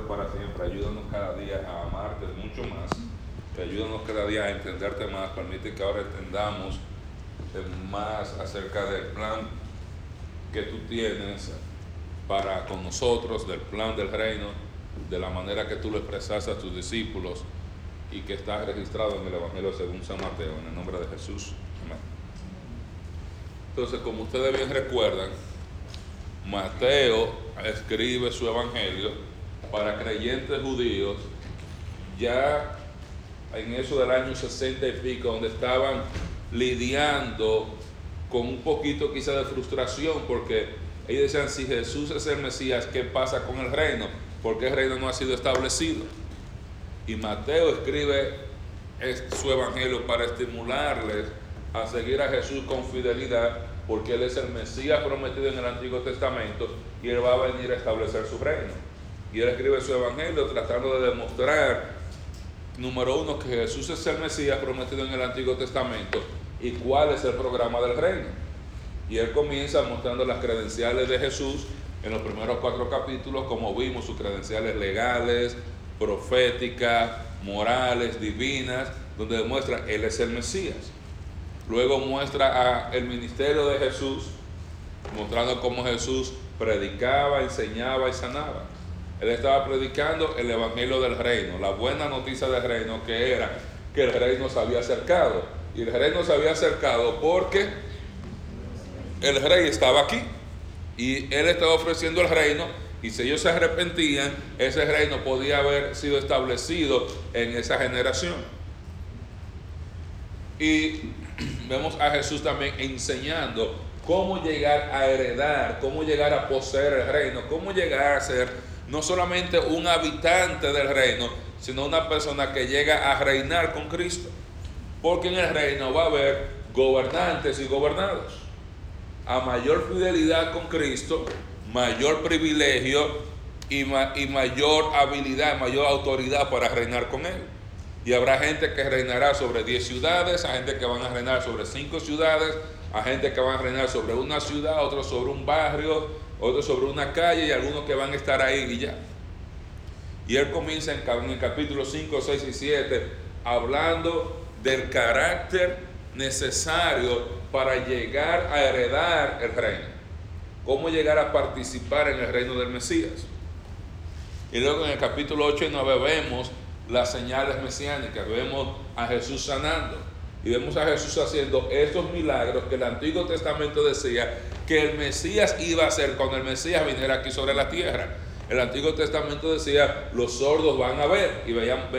para siempre. Ayúdanos cada día a amarte mucho más. Ayúdanos cada día a entenderte más. Permite que ahora entendamos más acerca del plan que tú tienes para con nosotros, del plan del reino, de la manera que tú lo expresaste a tus discípulos y que está registrado en el Evangelio según San Mateo, en el nombre de Jesús. Amén. Entonces, como ustedes bien recuerdan, Mateo escribe su Evangelio para creyentes judíos ya en eso del año 60 y pico, donde estaban lidiando con un poquito quizá de frustración, porque ellos decían, si Jesús es el Mesías, ¿qué pasa con el reino? Porque el reino no ha sido establecido. Y Mateo escribe su Evangelio para estimularles a seguir a Jesús con fidelidad, porque Él es el Mesías prometido en el Antiguo Testamento y Él va a venir a establecer su reino. Y Él escribe su Evangelio tratando de demostrar, número uno, que Jesús es el Mesías prometido en el Antiguo Testamento y cuál es el programa del reino. Y Él comienza mostrando las credenciales de Jesús en los primeros 4 capítulos, como vimos, sus credenciales legales, proféticas, morales, divinas, donde demuestra Él es el Mesías. Luego muestra el ministerio de Jesús, mostrando cómo Jesús predicaba, enseñaba y sanaba. Él estaba predicando el Evangelio del reino, la buena noticia del reino, que era que el reino se había acercado. Y el reino se había acercado porque el rey estaba aquí. Y Él estaba ofreciendo el reino, y si ellos se arrepentían, ese reino podía haber sido establecido en esa generación. Y vemos a Jesús también enseñando cómo llegar a heredar, cómo llegar a poseer el reino, cómo llegar a ser no solamente un habitante del reino, sino una persona que llega a reinar con Cristo. Porque en el reino va a haber gobernantes y gobernados. A mayor fidelidad con Cristo, mayor privilegio y mayor habilidad, mayor autoridad para reinar con Él. Y habrá gente que reinará sobre 10 ciudades, hay gente que van a reinar sobre 5 ciudades, hay gente que van a reinar sobre una ciudad, otros sobre un barrio, otros sobre una calle y algunos que van a estar ahí y ya. Y Él comienza en el capítulo 5, 6 y 7 hablando del carácter necesario para llegar a heredar el reino, cómo llegar a participar en el reino del Mesías. Y luego en el capítulo 8 y 9 vemos las señales mesiánicas, vemos a Jesús sanando y vemos a Jesús haciendo estos milagros que el Antiguo Testamento decía que el Mesías iba a hacer cuando el Mesías viniera aquí sobre la tierra. El Antiguo Testamento decía, los sordos van a ver, y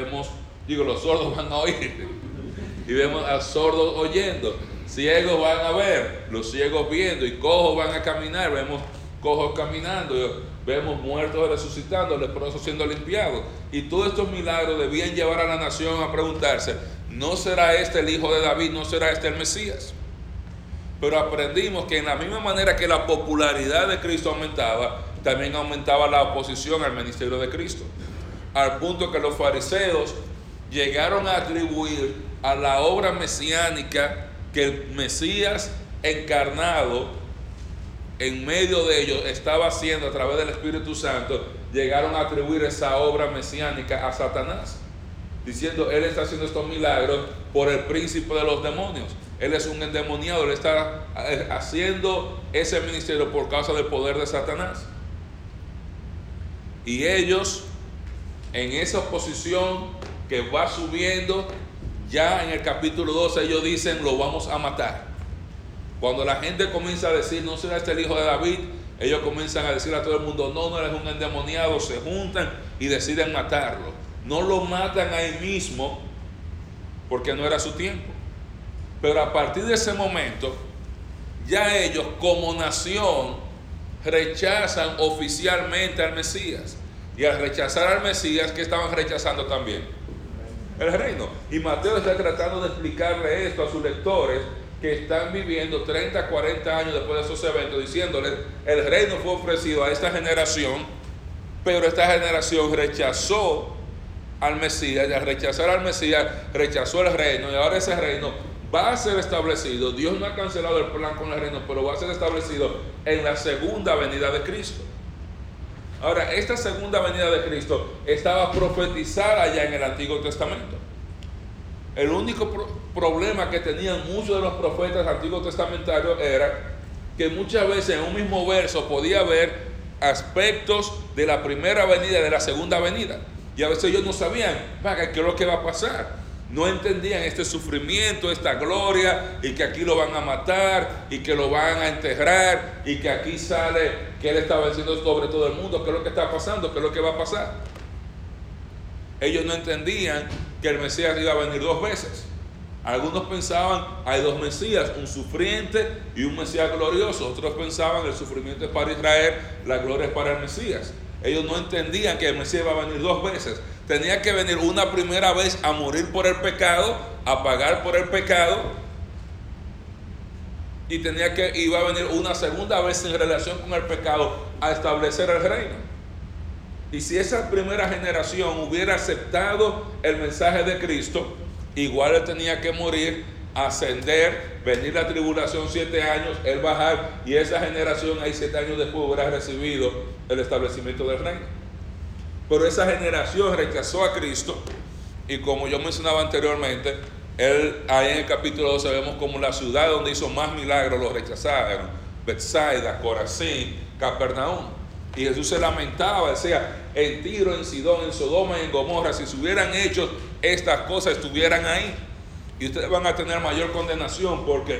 los sordos van a oír, y vemos a sordos oyendo, ciegos van a ver, los ciegos viendo, y cojos van a caminar, vemos cojos caminando, vemos muertos resucitando, leprosos siendo limpiados. Y todos estos milagros debían llevar a la nación a preguntarse, ¿no será este el hijo de David? ¿No será este el Mesías? Pero aprendimos que en la misma manera que la popularidad de Cristo aumentaba, también aumentaba la oposición al ministerio de Cristo. Al punto que los fariseos llegaron a atribuir a la obra mesiánica que el Mesías encarnado en medio de ellos estaba haciendo a través del Espíritu Santo, llegaron a atribuir esa obra mesiánica a Satanás, diciendo, Él está haciendo estos milagros por el príncipe de los demonios. Él es un endemoniado, Él está haciendo ese ministerio por causa del poder de Satanás. Y ellos, en esa oposición que va subiendo, ya en el capítulo 12 ellos dicen, lo vamos a matar. Cuando la gente comienza a decir, no será este el hijo de David, ellos comienzan a decir a todo el mundo, no eres un endemoniado, se juntan y deciden matarlo. No lo matan ahí mismo porque no era su tiempo. Pero a partir de ese momento, ya ellos como nación rechazan oficialmente al Mesías. Y al rechazar al Mesías, ¿qué estaban rechazando también? El reino. Y Mateo está tratando de explicarle esto a sus lectores que están viviendo 30, 40 años después de esos eventos, diciéndoles, el reino fue ofrecido a esta generación, pero esta generación rechazó al Mesías, y al rechazar al Mesías, rechazó el reino, y ahora ese reino va a ser establecido. Dios no ha cancelado el plan con el reino, pero va a ser establecido en la segunda venida de Cristo. Ahora, esta segunda venida de Cristo estaba profetizada ya en el Antiguo Testamento. El único problema que tenían muchos de los profetas antiguos testamentarios era que muchas veces en un mismo verso podía haber aspectos de la primera venida y de la segunda venida. Y a veces ellos no sabían, ¿qué es lo que va a pasar? No entendían este sufrimiento, esta gloria, y que aquí lo van a matar, y que lo van a enterrar, y que aquí sale que Él está venciendo sobre todo el mundo. ¿Qué es lo que está pasando? ¿Qué es lo que va a pasar? Ellos no entendían que el Mesías iba a venir dos veces. Algunos pensaban, hay dos Mesías, un sufriente y un Mesías glorioso. Otros pensaban, el sufrimiento es para Israel, la gloria es para el Mesías. Ellos no entendían que el Mesías iba a venir dos veces. Tenía que venir una primera vez a morir por el pecado, a pagar por el pecado, y iba a venir una segunda vez en relación con el pecado a establecer el reino. Y si esa primera generación hubiera aceptado el mensaje de Cristo, igual Él tenía que morir, ascender, venir la tribulación 7 años, Él bajar, y esa generación ahí 7 años después hubiera recibido el establecimiento del reino. Pero esa generación rechazó a Cristo, y como yo mencionaba anteriormente, Él ahí en el capítulo 12 vemos como la ciudad donde hizo más milagros los rechazaron: Betsaida, Corazín, Capernaum. Y Jesús se lamentaba, decía, en Tiro, en Sidón, en Sodoma y en Gomorra, si se hubieran hecho estas cosas, estuvieran ahí. Y ustedes van a tener mayor condenación, porque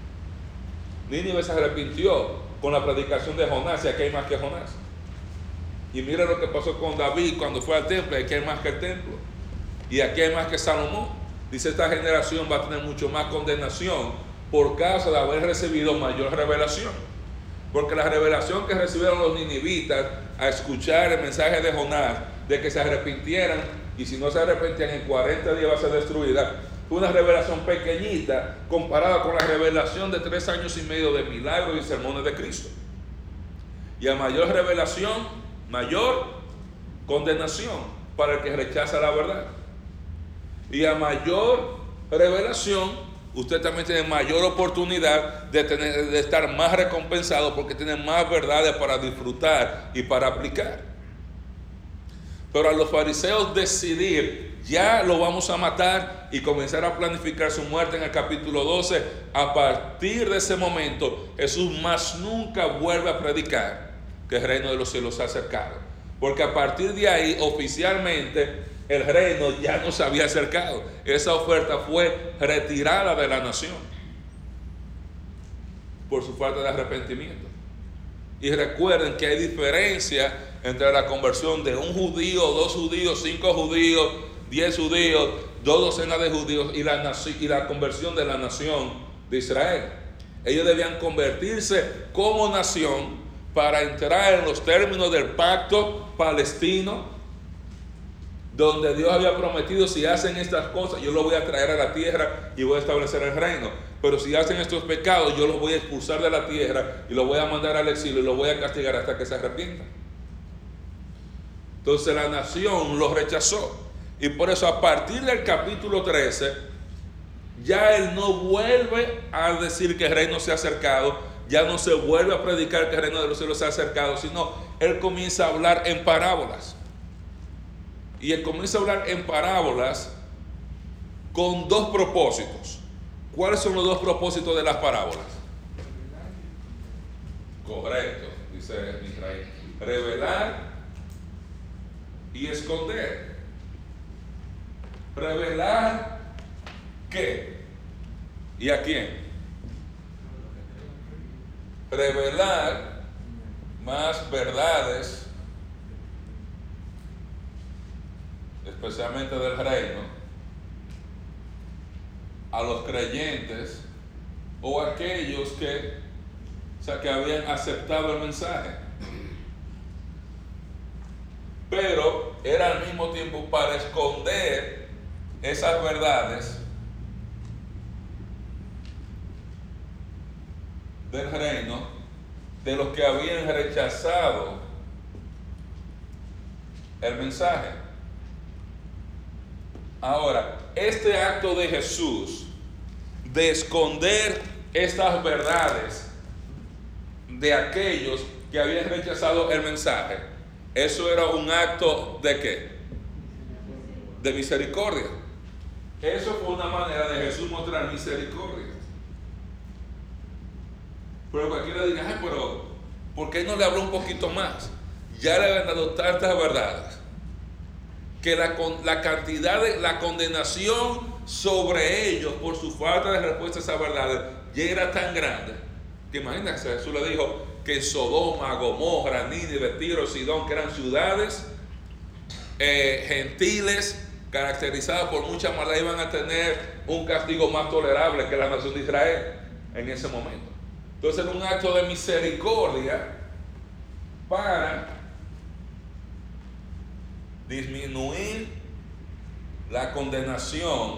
Nínive se arrepintió con la predicación de Jonás, y aquí hay más que Jonás. Y mira lo que pasó con David cuando fue al templo, y aquí hay más que el templo. Y aquí hay más que Salomón. Dice, esta generación va a tener mucho más condenación por causa de haber recibido mayor revelación. Porque la revelación que recibieron los ninivitas a escuchar el mensaje de Jonás, de que se arrepintieran, y si no se arrepentían en 40 días va a ser destruida, fue una revelación pequeñita comparada con la revelación de 3 años y medio de milagros y sermones de Cristo. Y a mayor revelación, mayor condenación para el que rechaza la verdad. Y a mayor revelación, usted también tiene mayor oportunidad de estar más recompensado, porque tiene más verdades para disfrutar y para aplicar. Pero a los fariseos decidir, ya lo vamos a matar, y comenzar a planificar su muerte en el capítulo 12, a partir de ese momento Jesús más nunca vuelve a predicar que el reino de los cielos se ha acercado, porque a partir de ahí oficialmente el reino ya no se había acercado. Esa oferta fue retirada de la nación por su falta de arrepentimiento. Y recuerden que hay diferencia entre la conversión de un judío, 2 judíos, 5 judíos, 10 judíos, 2 docenas de judíos, y la conversión de la nación de Israel. Ellos debían convertirse como nación para entrar en los términos del pacto palestino, donde Dios había prometido, si hacen estas cosas, yo los voy a traer a la tierra y voy a establecer el reino. Pero si hacen estos pecados, yo los voy a expulsar de la tierra y los voy a mandar al exilio y los voy a castigar hasta que se arrepientan. Entonces la nación los rechazó. Y por eso a partir del capítulo 13, ya Él no vuelve a decir que el reino se ha acercado, ya no se vuelve a predicar que el reino de los cielos se ha acercado, sino Él comienza a hablar en parábolas. Y Él comienza a hablar en parábolas con 2 propósitos. ¿Cuáles son los 2 propósitos de las parábolas? Correcto, dice Israel. Revelar y esconder. ¿Revelar qué? ¿Y a quién? Revelar más verdades, especialmente del reino, a los creyentes o a aquellos que habían aceptado el mensaje. Pero era al mismo tiempo para esconder esas verdades del reino de los que habían rechazado el mensaje. Ahora, este acto de Jesús de esconder estas verdades de aquellos que habían rechazado el mensaje Eso era un acto ¿de qué? De misericordia. Eso fue una manera de Jesús mostrar misericordia. Pero cualquiera diga, ay, pero ¿por qué no le habló un poquito más? Ya le habían dado tantas verdades que la cantidad de la condenación sobre ellos por su falta de respuesta a esas verdades ya era tan grande que imagínense, Jesús le dijo que Sodoma, Gomorra, Nínive, Tiro, Sidón, que eran ciudades gentiles caracterizadas por mucha maldad, iban a tener un castigo más tolerable que la nación de Israel en ese momento. Entonces era un acto de misericordia para disminuir la condenación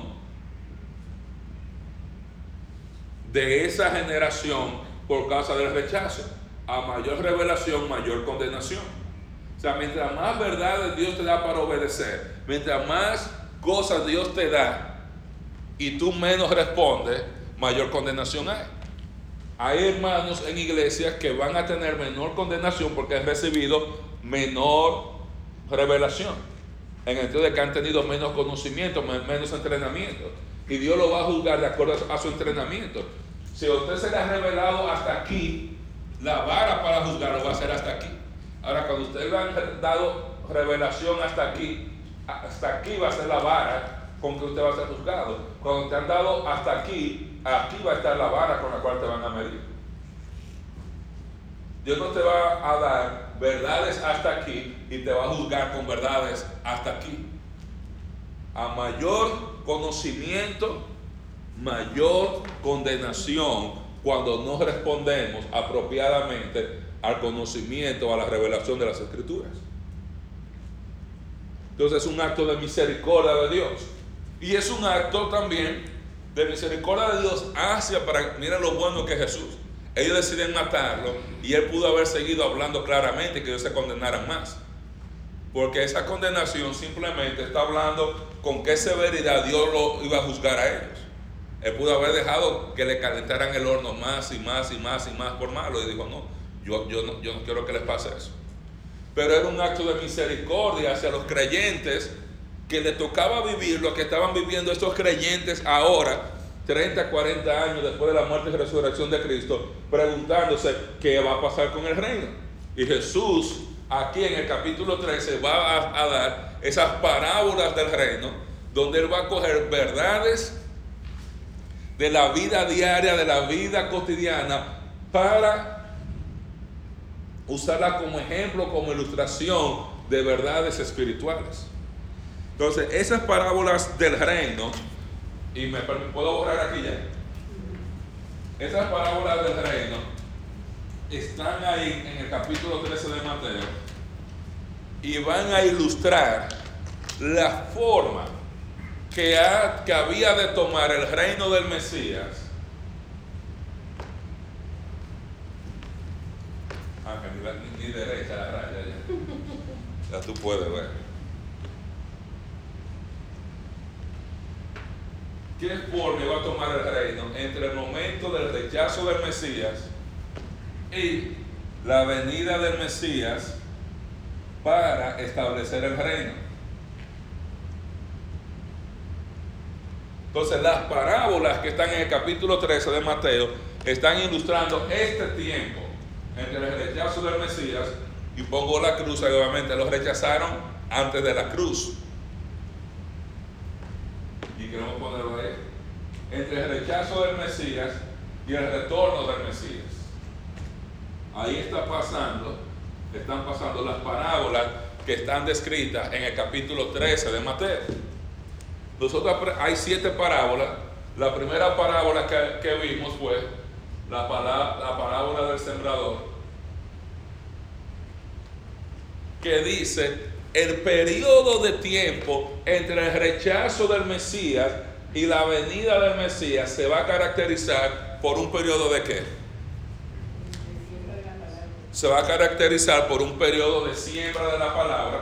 de esa generación por causa del rechazo. A mayor revelación, mayor condenación. O sea, mientras más verdades Dios te da para obedecer, mientras más cosas Dios te da y tú menos respondes, mayor condenación hay. Hay hermanos en iglesias que van a tener menor condenación porque han recibido menor revelación, en el sentido de que han tenido menos conocimiento, menos entrenamiento, y Dios lo va a juzgar de acuerdo a su entrenamiento. Si a usted se le ha revelado hasta aquí, la vara para juzgarlo va a ser hasta aquí. Ahora, cuando usted le han dado revelación hasta aquí va a ser la vara con que usted va a ser juzgado. Cuando te han dado hasta aquí va a estar la vara con la cual te van a medir. Dios no te va a dar verdades hasta aquí y te va a juzgar con verdades hasta aquí. A mayor conocimiento, mayor condenación cuando no respondemos apropiadamente al conocimiento, a la revelación de las Escrituras. Entonces es un acto de misericordia de Dios. Y es un acto también de misericordia de Dios mira lo bueno que es Jesús. Ellos deciden matarlo y él pudo haber seguido hablando claramente que ellos se condenaran más. Porque esa condenación simplemente está hablando con qué severidad Dios lo iba a juzgar a ellos. Él pudo haber dejado que le calentaran el horno más y más y más y más por malo. Y dijo, no, yo no quiero que les pase eso. Pero era un acto de misericordia hacia los creyentes que le tocaba vivir lo que estaban viviendo estos creyentes ahora, 30, 40 años después de la muerte y resurrección de Cristo, preguntándose qué va a pasar con el reino. Y Jesús, aquí en el capítulo 13, va a dar esas parábolas del reino, donde Él va a coger verdades de la vida diaria, de la vida cotidiana, para usarla como ejemplo, como ilustración de verdades espirituales. Entonces, esas parábolas del reino, y me puedo borrar aquí ya, esas parábolas del reino están ahí en el capítulo 13 de Mateo y van a ilustrar la forma que había de tomar el reino del Mesías. Ni derecha la raya ya tú puedes ver. ¿Qué forma iba a tomar el reino entre el momento del rechazo del Mesías y la venida del Mesías para establecer el reino? Entonces las parábolas que están en el capítulo 13 de Mateo están ilustrando este tiempo entre el rechazo del Mesías, y pongo la cruz, y obviamente los rechazaron antes de la cruz. Y queremos ponerlo ahí. Entre el rechazo del Mesías y el retorno del Mesías. Ahí están pasando las parábolas que están descritas en el capítulo 13 de Mateo. Hay 7 parábolas. La primera parábola que vimos fue la parábola del sembrador, que dice el periodo de tiempo entre el rechazo del Mesías y la venida del Mesías se va a caracterizar por un periodo de ¿qué? Se va a caracterizar por un periodo de siembra de la palabra,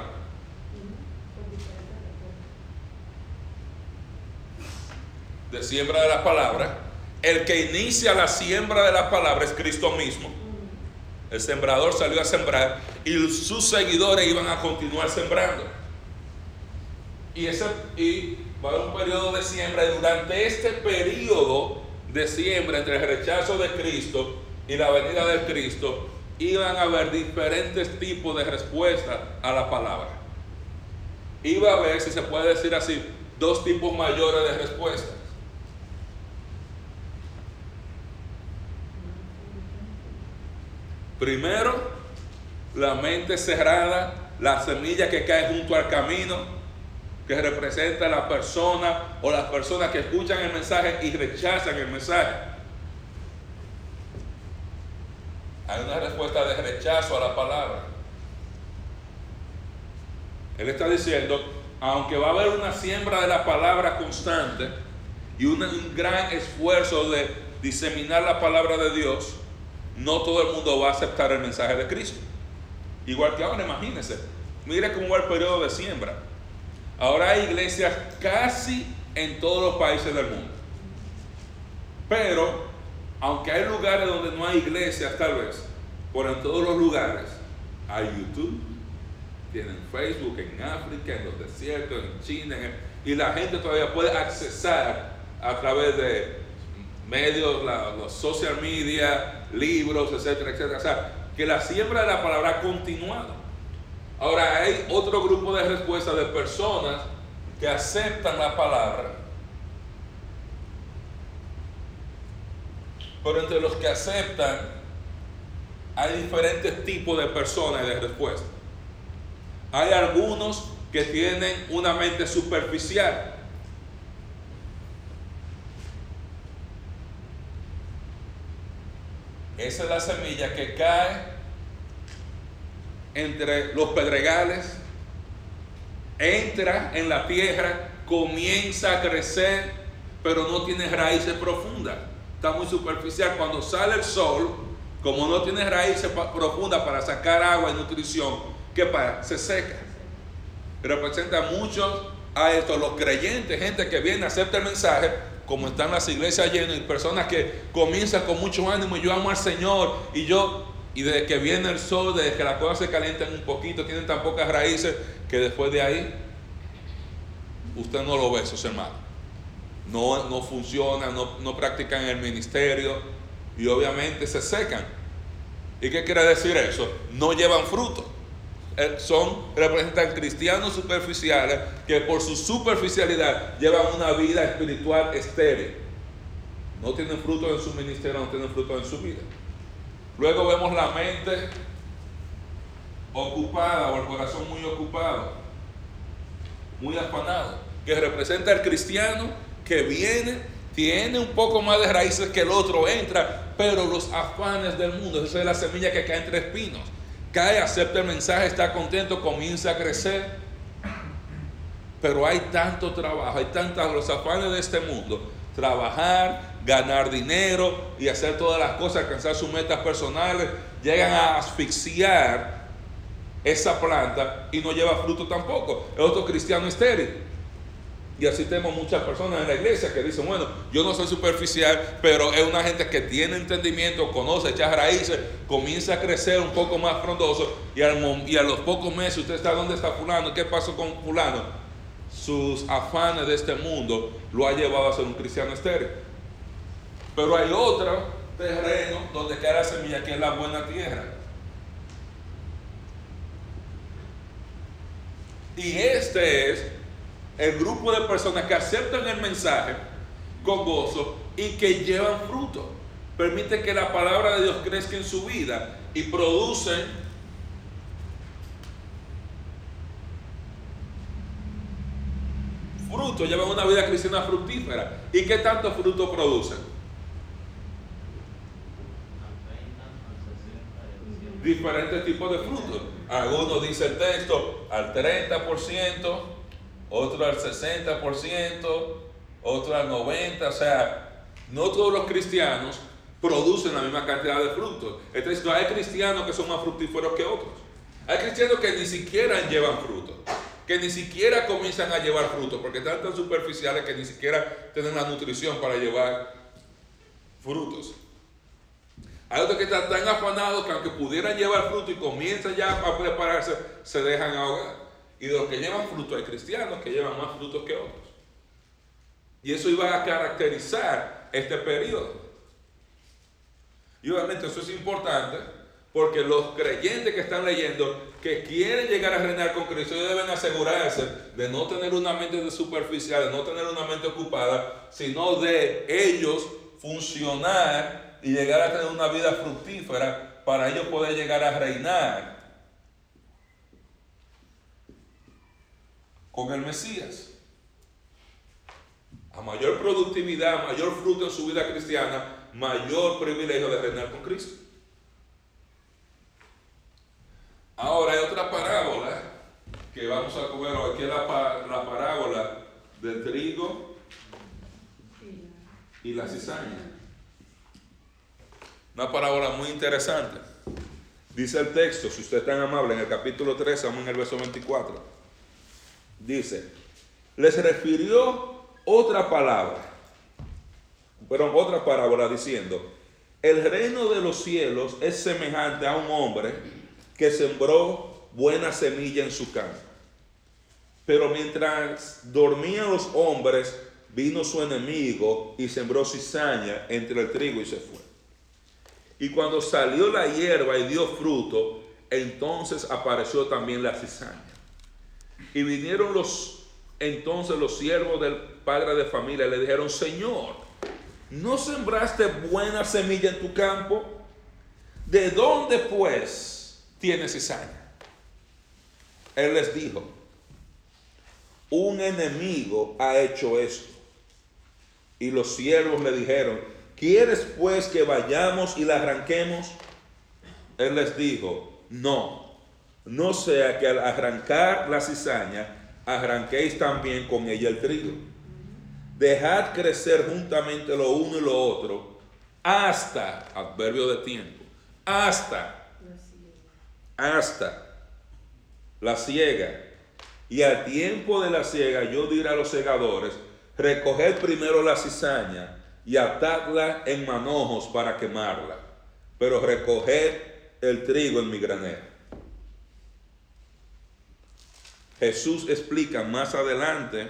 El que inicia la siembra de la palabra es Cristo mismo. El sembrador salió a sembrar y sus seguidores iban a continuar sembrando. Y va a haber un periodo de siembra, y durante este periodo de siembra entre el rechazo de Cristo y la venida de Cristo, iban a haber diferentes tipos de respuestas a la palabra. Iba a haber, si se puede decir así, dos tipos mayores de respuestas. Primero, la mente cerrada, la semilla que cae junto al camino, que representa a la persona o las personas que escuchan el mensaje y rechazan el mensaje. Hay una respuesta de rechazo a la palabra. Él está diciendo, aunque va a haber una siembra de la palabra constante y un gran esfuerzo de diseminar la palabra de Dios, no todo el mundo va a aceptar el mensaje de Cristo. Igual que ahora, imagínense, mire cómo va el periodo de siembra. Ahora hay iglesias casi en todos los países del mundo. Pero, aunque hay lugares donde no hay iglesias tal vez, por en todos los lugares hay YouTube, tienen Facebook en África, en los desiertos, en China, y la gente todavía puede accesar a través de medios, los social media, libros, etcétera, etcétera. O sea, que la siembra de la palabra ha continuado. Ahora hay otro grupo de respuestas de personas que aceptan la palabra, pero entre los que aceptan hay diferentes tipos de personas y de respuestas. Hay algunos que tienen una mente superficial. Esa es la semilla que cae entre los pedregales, entra en la tierra, comienza a crecer, pero no tiene raíces profundas. Está muy superficial. Cuando sale el sol, como no tiene raíces profundas para sacar agua y nutrición, ¿qué pasa? Se seca. Representa muchos a esto, los creyentes, gente que viene, acepta el mensaje, como están las iglesias llenas, y personas que comienzan con mucho ánimo, y yo amo al Señor, y desde que viene el sol, desde que las cosas se calientan un poquito, tienen tan pocas raíces, que después de ahí, usted no lo ve, esos hermanos. No funcionan, no practican el ministerio, y obviamente se secan. ¿Y qué quiere decir eso? No llevan fruto. Representan cristianos superficiales que por su superficialidad llevan una vida espiritual estéril. No tienen fruto en su ministerio, no tienen fruto en su vida. Luego vemos la mente ocupada o el corazón muy ocupado, muy afanado, que representa al cristiano que viene, tiene un poco más de raíces que el otro, entra, pero los afanes del mundo, esa es la semilla que cae entre espinos. Cae, acepta el mensaje, está contento, comienza a crecer, pero hay tanto trabajo, los afanes de este mundo, trabajar, ganar dinero y hacer todas las cosas, alcanzar sus metas personales, llegan a asfixiar esa planta y no lleva fruto tampoco. Es otro cristiano estéril. Y así tenemos muchas personas en la iglesia que dicen, bueno, yo no soy superficial, pero es una gente que tiene entendimiento, conoce, echa raíces, comienza a crecer un poco más frondoso, y a los pocos meses usted está, ¿dónde está fulano? ¿Qué pasó con fulano? Sus afanes de este mundo lo ha llevado a ser un cristiano estéril. Pero hay otro terreno donde cae la semilla, que es la buena tierra. Y este es el grupo de personas que aceptan el mensaje con gozo y que llevan fruto. Permite que la palabra de Dios crezca en su vida y producen fruto, llevan una vida cristiana fructífera. ¿Y qué tanto fruto producen? Diferentes tipos de frutos. Algunos, dice el texto, al 30%, otro al 60%, otro al 90%. O sea, no todos los cristianos producen la misma cantidad de frutos. Entonces, hay cristianos que son más fructíferos que otros. Hay cristianos que ni siquiera llevan frutos, que ni siquiera comienzan a llevar frutos, porque están tan superficiales que ni siquiera tienen la nutrición para llevar frutos. Hay otros que están tan afanados que aunque pudieran llevar fruto y comienzan ya a prepararse, se dejan ahogar. Y de los que llevan fruto hay cristianos que llevan más frutos que otros. Y eso iba a caracterizar este periodo. Y obviamente eso es importante porque los creyentes que están leyendo, que quieren llegar a reinar con Cristo, ellos deben asegurarse de no tener una mente superficial, de no tener una mente ocupada, sino de ellos funcionar y llegar a tener una vida fructífera para ellos poder llegar a reinar con el Mesías. A mayor productividad, mayor fruto en su vida cristiana, mayor privilegio de reinar con Cristo. Ahora hay otra parábola que vamos a comer hoy, que es la parábola del trigo y la cizaña. Una parábola muy interesante. Dice el texto, si usted es tan amable, en el capítulo 3, vamos en el verso 24. Dice, les refirió otra parábola diciendo, el reino de los cielos es semejante a un hombre que sembró buena semilla en su campo. Pero mientras dormían los hombres, vino su enemigo y sembró cizaña entre el trigo y se fue. Y cuando salió la hierba y dio fruto, entonces apareció también la cizaña. Y vinieron entonces los siervos del padre de familia y le dijeron, Señor, ¿no sembraste buena semilla en tu campo? ¿De dónde pues tienes cizaña? Él les dijo, un enemigo ha hecho esto. Y los siervos le dijeron, ¿quieres pues que vayamos y la arranquemos? Él les dijo, no sea que al arrancar la cizaña, arranquéis también con ella el trigo. Dejad crecer juntamente lo uno y lo otro, hasta, adverbio de tiempo, hasta la siega. Y al tiempo de la siega yo diré a los segadores, recoged primero la cizaña y atadla en manojos para quemarla, pero recoged el trigo en mi granero. Jesús explica más adelante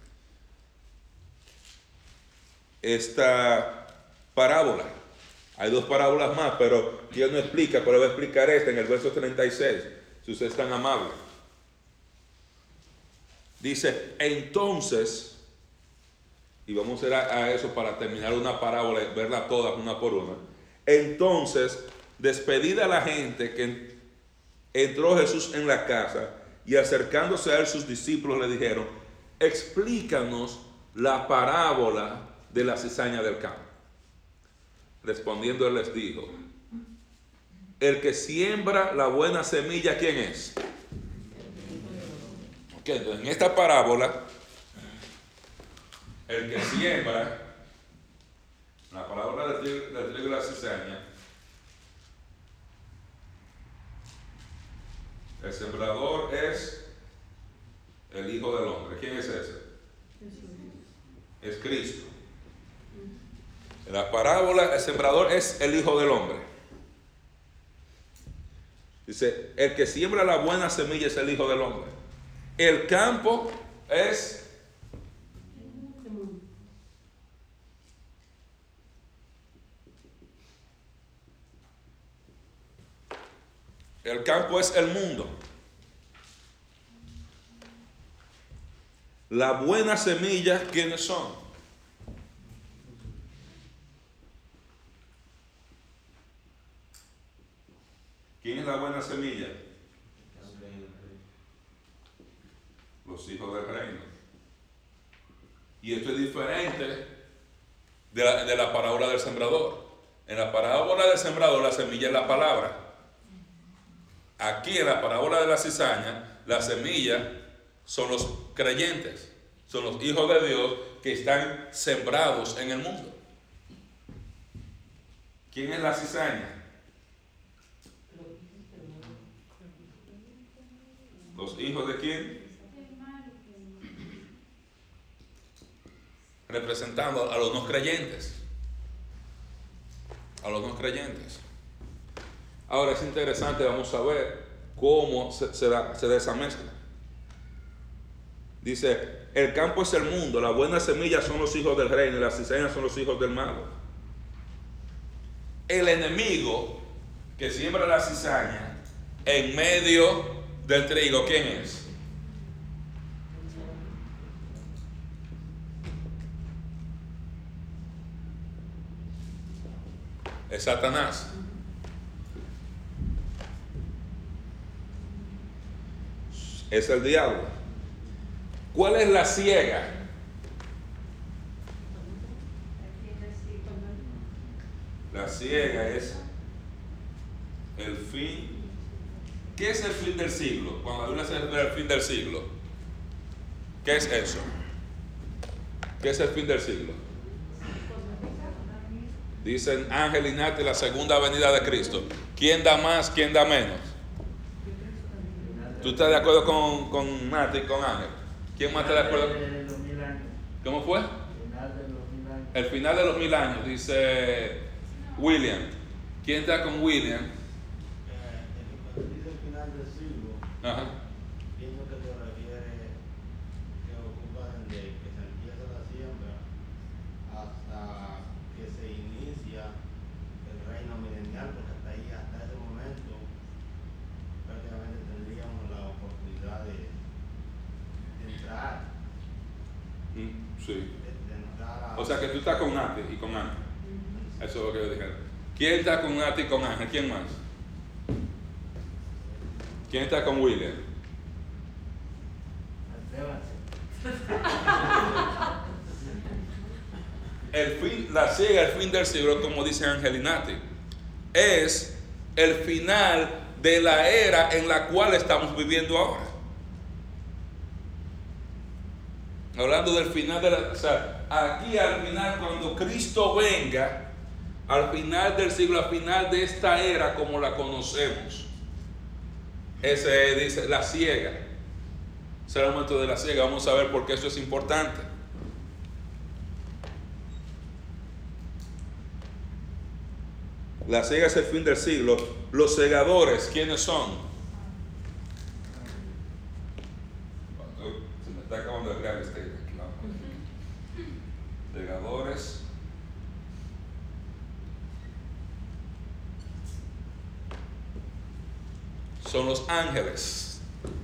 esta parábola. Hay dos parábolas más, pero Dios no explica, pero voy a explicar esta en el verso 36, si usted es tan amable. Dice, entonces, y vamos a ir a eso para terminar una parábola y verla todas una por una. Entonces, despedida la gente, que entró Jesús en la casa, y acercándose a él sus discípulos le dijeron, explícanos la parábola de la cizaña del campo. Respondiendo él les dijo, el que siembra la buena semilla, ¿quién es? Okay, entonces en esta parábola, el que siembra, la parábola del trigo y la cizaña, el sembrador es el Hijo del Hombre. ¿Quién es ese? Es Cristo. En la parábola, el sembrador es el Hijo del Hombre. Dice, el que siembra la buena semilla es el Hijo del Hombre. El campo es el mundo. La buena semilla, ¿quiénes son? ¿Quién es la buena semilla? Los hijos del reino. Y esto es diferente de la parábola del sembrador. En la parábola del sembrador la semilla es la palabra. Aquí en la parábola de la cizaña, la semilla son los creyentes, son los hijos de Dios que están sembrados en el mundo. ¿Quién es la cizaña? ¿Los hijos de quién? Representando a los no creyentes. A los no creyentes. Ahora es interesante, vamos a ver cómo se da esa mezcla. Dice, el campo es el mundo, las buenas semillas son los hijos del reino y las cizañas son los hijos del malo. El enemigo que siembra la cizaña en medio del trigo, ¿quién es? Es Satanás. Es el diablo. ¿Cuál es la siega? La siega es el fin. ¿Qué es el fin del siglo? Cuando la Biblia se refiere al fin del siglo, ¿qué es eso? ¿Qué es el fin del siglo? Dicen Ángel y Nati, la segunda venida de Cristo. ¿Quién da más? ¿Quién da menos? ¿Tú estás de acuerdo con Nati y con Ángel? ¿Quién más está de acuerdo? ¿Cómo fue? El final de los 1000 años, dice William. ¿Quién está con William? Cuando dice el final del siglo, pienso que se refiere que ocupan de que se empieza la siembra hasta que se inicia el reino milenial, porque hasta ahí, hasta ese momento, prácticamente tendríamos la oportunidad de entrar. Sí. De entrar a... O sea que tú estás con Nati y con Ángel. Eso es lo que yo dije. ¿Quién está con Nati y con Ángel? ¿Quién más? ¿Quién está con William? La siega, el fin del siglo, como dice Ángel y Nati, es el final de la era en la cual estamos viviendo ahora. Hablando del final de la... O sea, aquí al final, cuando Cristo venga, al final del siglo, al final de esta era como la conocemos, ese dice la siega. Será el momento de la siega. Vamos a ver por qué eso es importante. La siega es el fin del siglo. Los segadores, ¿quiénes son? Se me está acabando el real estate aquí, ¿no? Segadores. Son los ángeles.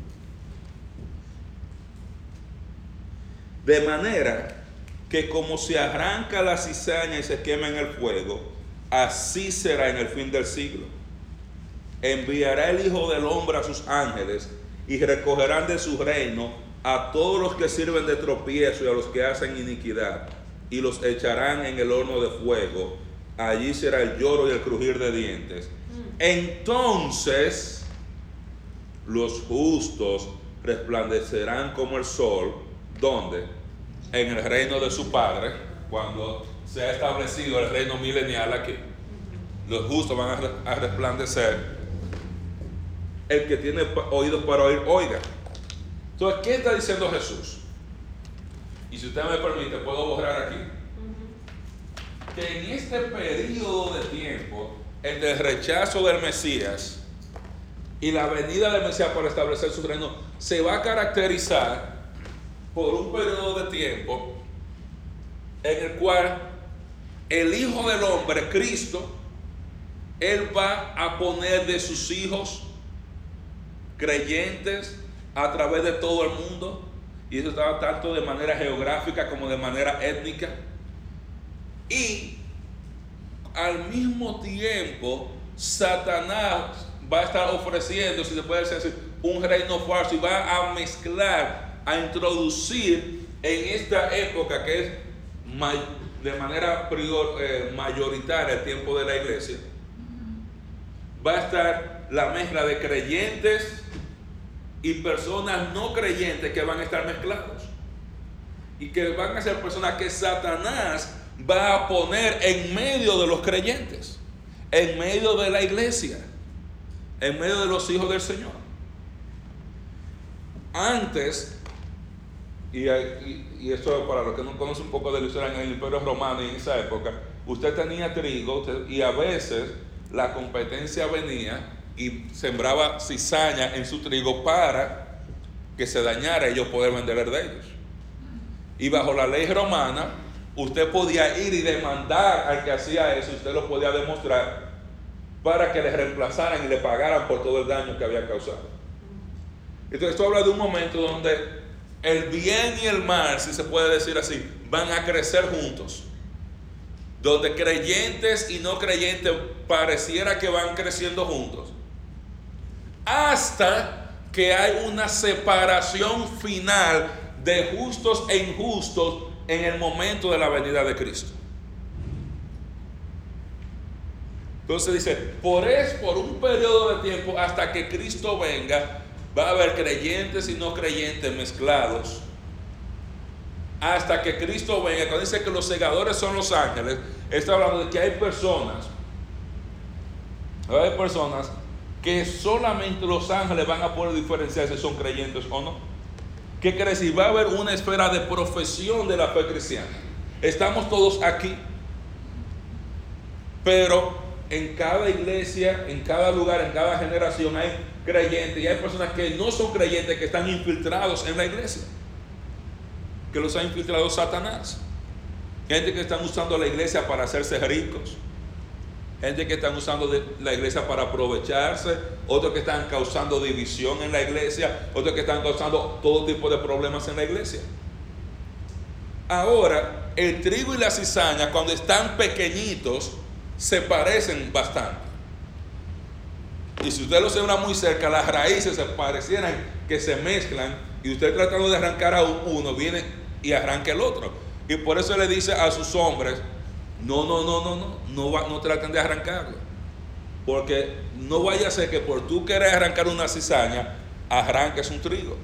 De manera que como se arranca la cizaña y se quema en el fuego, así será en el fin del siglo. Enviará el Hijo del Hombre a sus ángeles y recogerán de su reino a todos los que sirven de tropiezo y a los que hacen iniquidad, y los echarán en el horno de fuego. Allí será el lloro y el crujir de dientes. Entonces los justos resplandecerán como el sol. ¿Dónde? En el reino de su Padre, cuando se ha establecido el reino milenial aquí. Los justos van a resplandecer. El que tiene oídos para oír, oiga. Entonces, ¿qué está diciendo Jesús? Y si usted me permite, puedo borrar aquí. Que en este periodo de tiempo, entre el rechazo del Mesías y la venida del Mesías para establecer su reino, se va a caracterizar por un periodo de tiempo en el cual el Hijo del Hombre, Cristo, Él va a poner de sus hijos creyentes a través de todo el mundo, y eso estaba tanto de manera geográfica como de manera étnica, y al mismo tiempo Satanás va a estar ofreciendo, si se puede decir, un reino falso, y va a mezclar, a introducir en esta época que es de manera mayoritaria el tiempo de la iglesia, va a estar la mezcla de creyentes y personas no creyentes que van a estar mezclados, y que van a ser personas que Satanás va a poner en medio de los creyentes, en medio de la iglesia, en medio de los hijos del Señor. Antes, y esto para los que no conocen un poco de la historia, en el Imperio Romano y en esa época, usted tenía trigo y a veces la competencia venía y sembraba cizaña en su trigo para que se dañara y ellos poder vender de ellos. Y bajo la ley romana, usted podía ir y demandar al que hacía eso, usted lo podía demostrar para que le reemplazaran y le pagaran por todo el daño que había causado. Entonces esto habla de un momento donde el bien y el mal, si se puede decir así, van a crecer juntos. Donde creyentes y no creyentes pareciera que van creciendo juntos. Hasta que hay una separación final de justos e injustos en el momento de la venida de Cristo. Entonces dice, por un periodo de tiempo hasta que Cristo venga, va a haber creyentes y no creyentes mezclados. Hasta que Cristo venga. Cuando dice que los segadores son los ángeles, está hablando de que hay personas que solamente los ángeles van a poder diferenciar si son creyentes o no. ¿Qué quiere decir? Va a haber una esfera de profesión de la fe cristiana. Estamos todos aquí, pero en cada iglesia, en cada lugar, en cada generación hay creyentes y hay personas que no son creyentes, que están infiltrados en la iglesia, que los ha infiltrado Satanás. Gente que están usando la iglesia para hacerse ricos, gente que están usando la iglesia para aprovecharse, otros que están causando división en la iglesia, otros que están causando todo tipo de problemas en la iglesia. Ahora, el trigo y la cizaña, cuando están pequeñitos, se parecen bastante. Y si usted lo siembra muy cerca, las raíces se parecieran que se mezclan, y usted tratando de arrancar a uno, viene y arranca el otro. Y por eso le dice a sus hombres, no traten de arrancarlo, porque no vaya a ser que por tú querer arrancar una cizaña, arranques un trigo.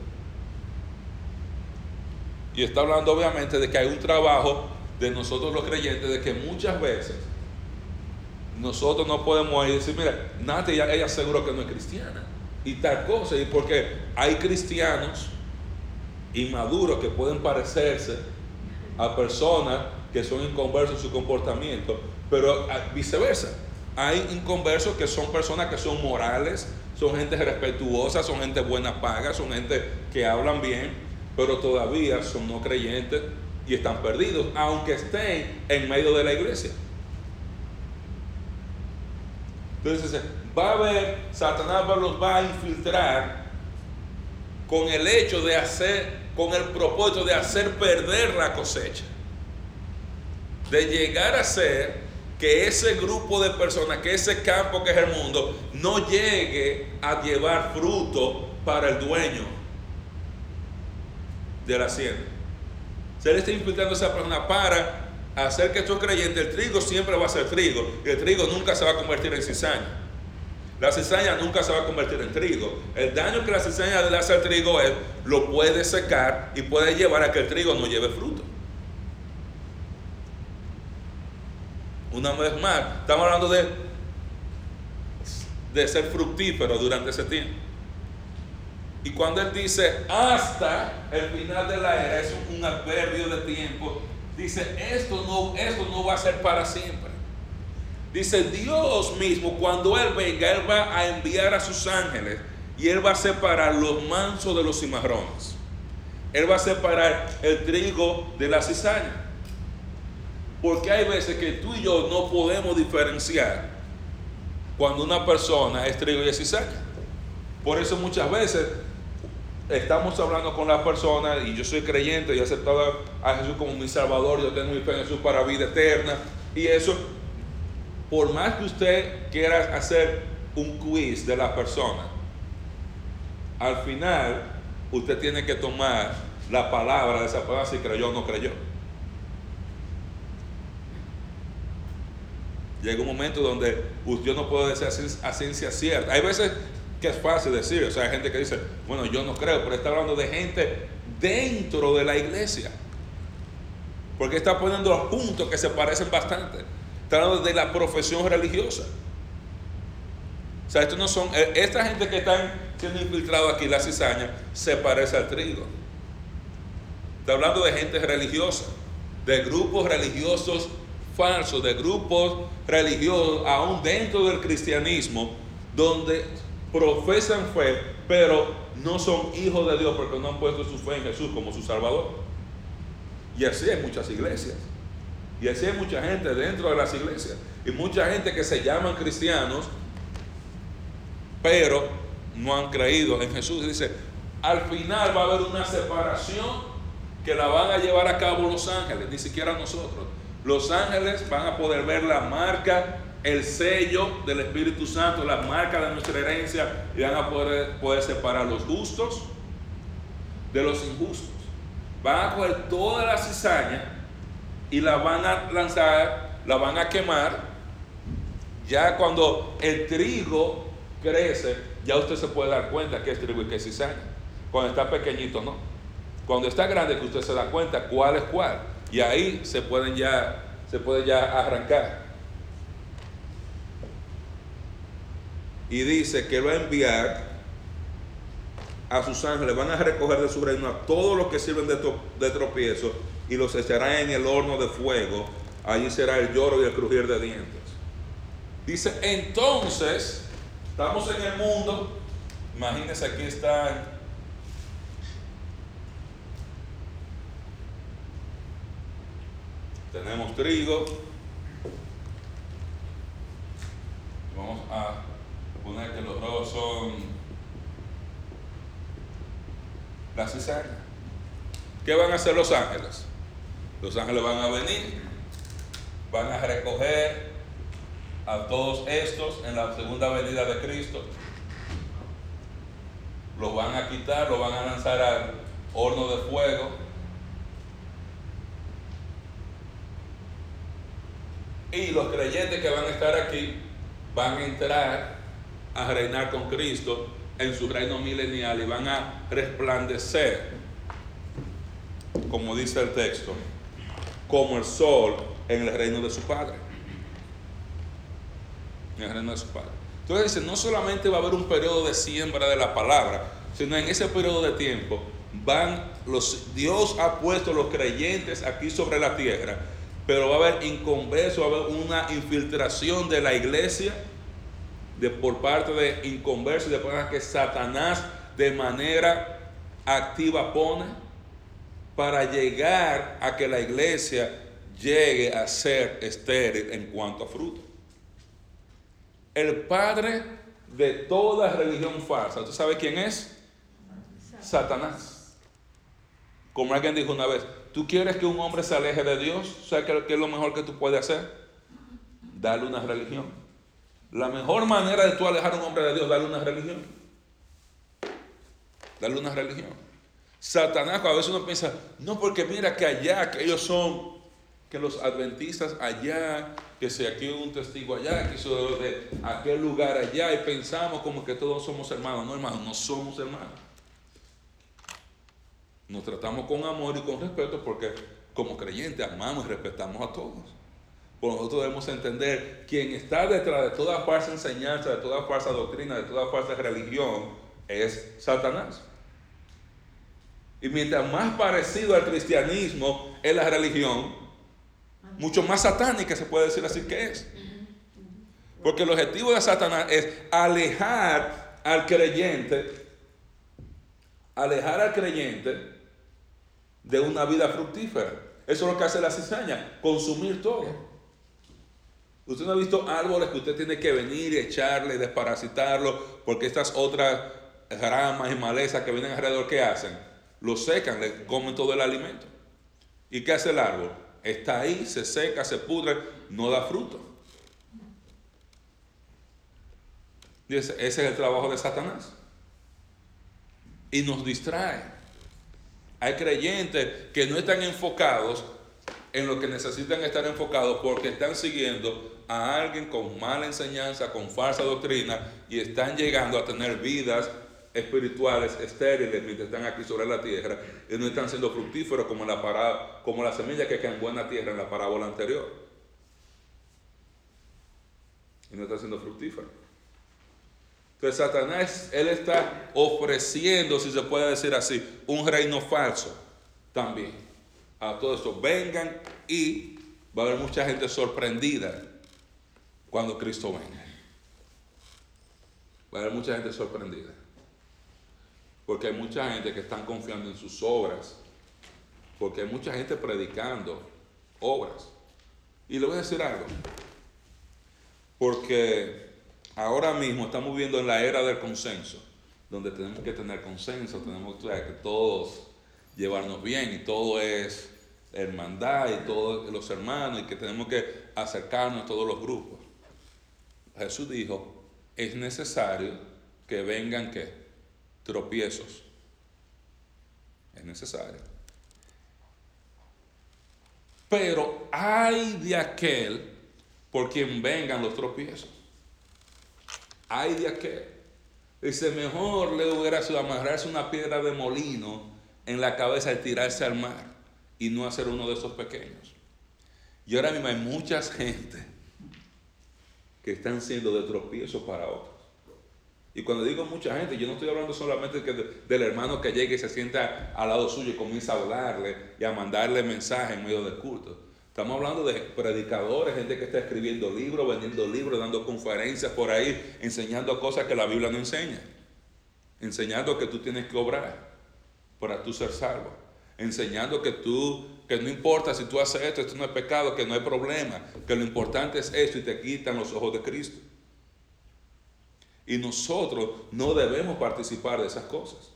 Y está hablando obviamente de que hay un trabajo de nosotros los creyentes, de que muchas veces nosotros no podemos ir y decir, mira, Nati, ella seguro que no es cristiana y tal cosa, y porque hay cristianos inmaduros que pueden parecerse a personas que son inconversos en su comportamiento, pero viceversa, hay inconversos que son personas que son morales, son gente respetuosa, son gente buena paga, son gente que hablan bien, pero todavía son no creyentes y están perdidos, aunque estén en medio de la iglesia. Entonces Satanás los va a infiltrar con el hecho de con el propósito de hacer perder la cosecha, de llegar a ser que ese grupo de personas, que ese campo que es el mundo, no llegue a llevar fruto para el dueño de la hacienda. Se le está infiltrando a esa persona para hacer que estos creyentes, el trigo siempre va a ser trigo, y el trigo nunca se va a convertir en cizaña. La cizaña nunca se va a convertir en trigo. El daño que la cizaña le hace al trigo lo puede secar y puede llevar a que el trigo no lleve fruto. Una vez más, estamos hablando de ser fructífero durante ese tiempo. Y cuando él dice hasta el final de la era, es un adverbio de tiempo. Dice, esto no va a ser para siempre. Dice, Dios mismo, cuando Él venga, Él va a enviar a sus ángeles y Él va a separar los mansos de los cimarrones. Él va a separar el trigo de la cizaña. Porque hay veces que tú y yo no podemos diferenciar cuando una persona es trigo y es cizaña. Por eso muchas veces estamos hablando con las personas, y yo soy creyente y he aceptado a Jesús como mi Salvador, yo tengo mi fe en Jesús para vida eterna, y eso, por más que usted quiera hacer un quiz de la persona, al final usted tiene que tomar la palabra de esa persona, si creyó o no creyó. Llega un momento donde usted no puede decir a ciencia cierta. Hay veces que es fácil decir, o sea, hay gente que dice, bueno, yo no creo, pero está hablando de gente dentro de la iglesia, porque está poniendo los puntos que se parecen bastante. Está hablando de la profesión religiosa. O sea, estos no son, esta gente que están siendo infiltrados aquí, la cizaña, se parece al trigo. Está hablando de gente religiosa, de grupos religiosos falsos, de grupos religiosos, aún dentro del cristianismo, donde profesan fe, pero no son hijos de Dios porque no han puesto su fe en Jesús como su Salvador. Y así hay muchas iglesias. Y así hay mucha gente dentro de las iglesias. Y mucha gente que se llaman cristianos, pero no han creído en Jesús. Dice, al final va a haber una separación que la van a llevar a cabo los ángeles, ni siquiera nosotros. Los ángeles van a poder ver la marca, el sello del Espíritu Santo, la marca de nuestra herencia, y van a poder separar los justos de los injustos. Van a coger toda la cizaña y la van a lanzar, la van a quemar. Ya cuando el trigo crece, ya usted se puede dar cuenta que es trigo y que es cizaña. Cuando está pequeñito, no. Cuando está grande, que usted se da cuenta cuál es cuál. Y ahí se puede ya arrancar. Y dice que va a enviar a sus ángeles, van a recoger de su reino a todos los que sirven de tropiezo y los echarán en el horno de fuego. Allí será el lloro y el crujir de dientes. Dice, entonces, estamos en el mundo. Imagínense, aquí están. Tenemos trigo. Vamos a poner que los rojos son la cizaña. ¿Qué van a hacer los ángeles? Los ángeles van a venir, van a recoger a todos estos en la segunda venida de Cristo. Los van a quitar, los van a lanzar al horno de fuego. Y los creyentes que van a estar aquí van a entrar a reinar con Cristo en su reino milenial y van a resplandecer, como dice el texto, como el sol en el reino de su Padre. En el reino de su Padre. Entonces dice, no solamente va a haber un periodo de siembra de la palabra, sino en ese periodo de tiempo Dios ha puesto los creyentes aquí sobre la tierra, pero va a haber inconversos, va a haber una infiltración de la iglesia por parte de inconversos, de personas que Satanás de manera activa pone para llegar a que la iglesia llegue a ser estéril en cuanto a fruto. El padre de toda religión falsa, ¿usted sabe quién es? Satanás. Como alguien dijo una vez, ¿tú quieres que un hombre se aleje de Dios? ¿Sabes qué es lo mejor que tú puedes hacer? Darle una religión. La mejor manera de tú alejar a un hombre de Dios, darle una religión. Darle una religión. Satanás, a veces uno piensa, no, porque mira que allá, que ellos son, que los adventistas allá, que si aquí hubo un testigo allá, que eso de aquel lugar allá, y pensamos como que todos somos hermanos. No, hermanos, no somos hermanos. Nos tratamos con amor y con respeto porque como creyentes amamos y respetamos a todos. Por nosotros debemos entender quién está detrás de toda falsa enseñanza, de toda falsa doctrina, de toda falsa religión, es Satanás. Y mientras más parecido al cristianismo es la religión, mucho más satánica se puede decir así que es. Porque el objetivo de Satanás es alejar al creyente de una vida fructífera. Eso es lo que hace la cizaña, consumir todo. Usted no ha visto árboles que usted tiene que venir y echarle y desparasitarlo, porque estas otras ramas y malezas que vienen alrededor, ¿qué hacen? Lo secan, le comen todo el alimento. ¿Y qué hace el árbol? Está ahí, se seca, se pudre, no da fruto. Y ese es el trabajo de Satanás. Y nos distrae. Hay creyentes que no están enfocados en lo que necesitan estar enfocados porque están siguiendo a alguien con mala enseñanza, con falsa doctrina, y están llegando a tener vidas espirituales estériles mientras están aquí sobre la tierra y no están siendo fructíferos como la semilla que cae en buena tierra en la parábola anterior. Y no están siendo fructíferos. Entonces Satanás, él está ofreciendo, si se puede decir así, un reino falso también. A todo esto, vengan y Va a haber mucha gente sorprendida cuando Cristo venga. Va a haber mucha gente sorprendida. Porque hay mucha gente que están confiando en sus obras. Porque hay mucha gente predicando obras. Y le voy a decir algo. Porque ahora mismo estamos viviendo en la era del consenso, donde tenemos que tener consenso, tenemos que todos llevarnos bien y todo es hermandad y todos los hermanos y que tenemos que acercarnos a todos los grupos. Jesús dijo, es necesario que vengan ¿qué? Tropiezos. Es necesario. Pero hay de aquel por quien vengan los tropiezos. Hay de aquel. Dice, mejor le hubiera sido amarrarse una piedra de molino en la cabeza y tirarse al mar y no hacer uno de esos pequeños. Y ahora mismo hay mucha gente que están siendo de tropiezo para otros. Y cuando digo mucha gente, yo no estoy hablando solamente del hermano que llega y se sienta al lado suyo y comienza a hablarle y a mandarle mensajes en medio del culto. Estamos hablando de predicadores, gente que está escribiendo libros, vendiendo libros, dando conferencias por ahí, enseñando cosas que la Biblia no enseña. Enseñando que tú tienes que obrar para tú ser salvo. Enseñando que no importa si tú haces esto no es pecado, que no hay problema, que lo importante es esto y te quitan los ojos de Cristo. Y nosotros no debemos participar de esas cosas.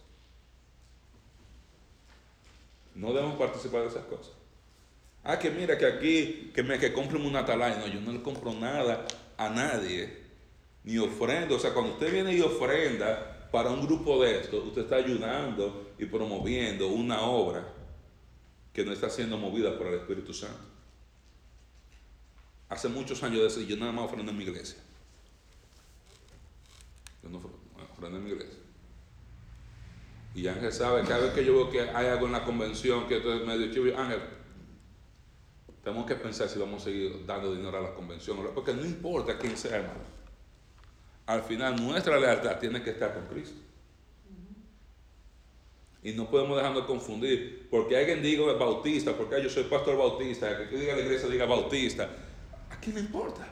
No debemos participar de esas cosas. Que mira que aquí, que compren una atalaya. No, yo no le compro nada a nadie, ni ofrendo. O sea, cuando usted viene y ofrenda para un grupo de estos, usted está ayudando y promoviendo una obra que no está siendo movida por el Espíritu Santo. Hace muchos años de eso, yo nada más ofrendo en mi iglesia. Yo no ofrendo en mi iglesia. Y Ángel sabe, cada vez que yo veo que hay algo en la convención que esto es medio chivo, Ángel, tenemos que pensar si vamos a seguir dando dinero a la convención, porque no importa quién sea, hermano. Al final, nuestra lealtad tiene que estar con Cristo. Y no podemos dejarnos confundir. Porque alguien diga bautista, porque yo soy pastor bautista, que diga la iglesia diga bautista. ¿A quién le importa?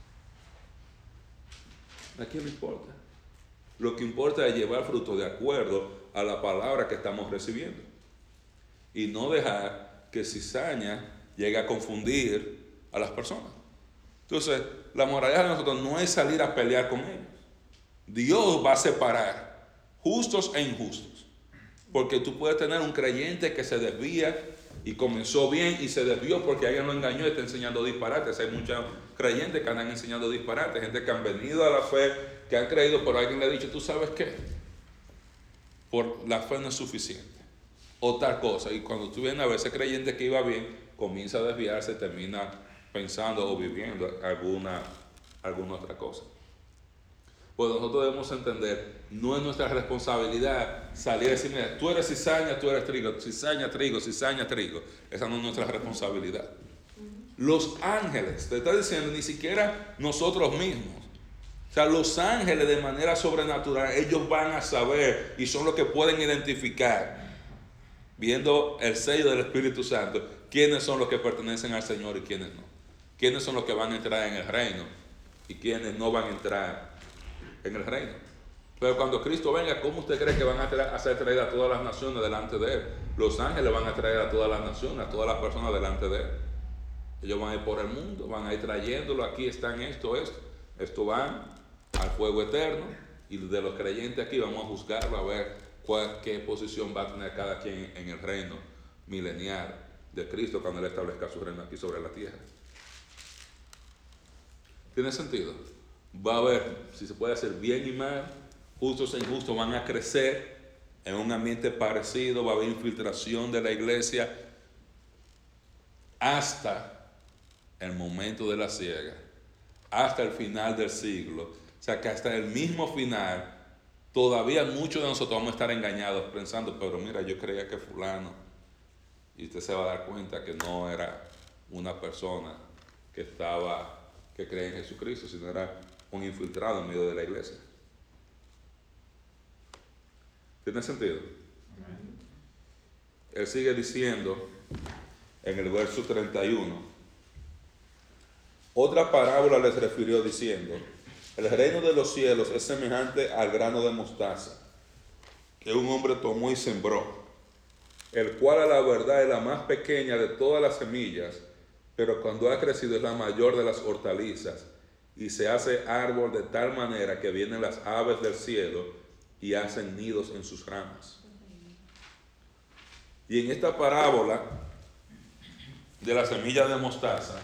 ¿A quién le importa? Lo que importa es llevar fruto de acuerdo a la palabra que estamos recibiendo. Y no dejar que cizaña llegue a confundir a las personas. Entonces, la moralidad de nosotros no es salir a pelear con ellos. Dios va a separar justos e injustos. Porque tú puedes tener un creyente que se desvía y comenzó bien y se desvió porque alguien lo engañó y está enseñando disparates. Hay muchos creyentes que andan enseñando disparates, gente que han venido a la fe, que han creído, pero alguien le ha dicho, ¿tú sabes qué? Por la fe no es suficiente. O tal cosa. Y cuando tú vienes a ver ese creyente que iba bien, comienza a desviarse y termina pensando o viviendo alguna otra cosa. Pues nosotros debemos entender, no es nuestra responsabilidad salir a decir, mira, tú eres cizaña, tú eres trigo, cizaña, trigo, cizaña, trigo. Esa no es nuestra responsabilidad. Los ángeles, te está diciendo, ni siquiera nosotros mismos. O sea, los ángeles de manera sobrenatural, ellos van a saber y son los que pueden identificar, viendo el sello del Espíritu Santo, quiénes son los que pertenecen al Señor y quiénes no. Quiénes son los que van a entrar en el reino y quiénes no van a entrar en el reino. Pero cuando Cristo venga, ¿cómo usted cree que van a ser traídas a todas las naciones delante de Él? Los ángeles van a traer a todas las naciones, a todas las personas delante de Él. Ellos van a ir por el mundo, van a ir trayéndolo, aquí están esto. Esto van al fuego eterno y de los creyentes aquí vamos a juzgarlo a ver qué posición va a tener cada quien en el reino milenial de Cristo cuando Él establezca su reino aquí sobre la tierra. ¿Tiene sentido? Va a haber, si se puede hacer bien y mal, justos e injustos van a crecer en un ambiente parecido, va a haber infiltración de la iglesia hasta el momento de la siega, hasta el final del siglo. O sea que hasta el mismo final, todavía muchos de nosotros vamos a estar engañados pensando, pero mira, yo creía que fulano, y usted se va a dar cuenta que no era una persona que creía en Jesucristo, sino era un infiltrado en medio de la iglesia. ¿Tiene sentido? Él sigue diciendo en el verso 31, Otra parábola les refirió diciendo: el reino de los cielos es semejante al grano de mostaza que un hombre tomó y sembró, el cual a la verdad es la más pequeña de todas las semillas, pero cuando ha crecido es la mayor de las hortalizas, y se hace árbol de tal manera que vienen las aves del cielo y hacen nidos en sus ramas. Y en esta parábola de la semilla de mostaza,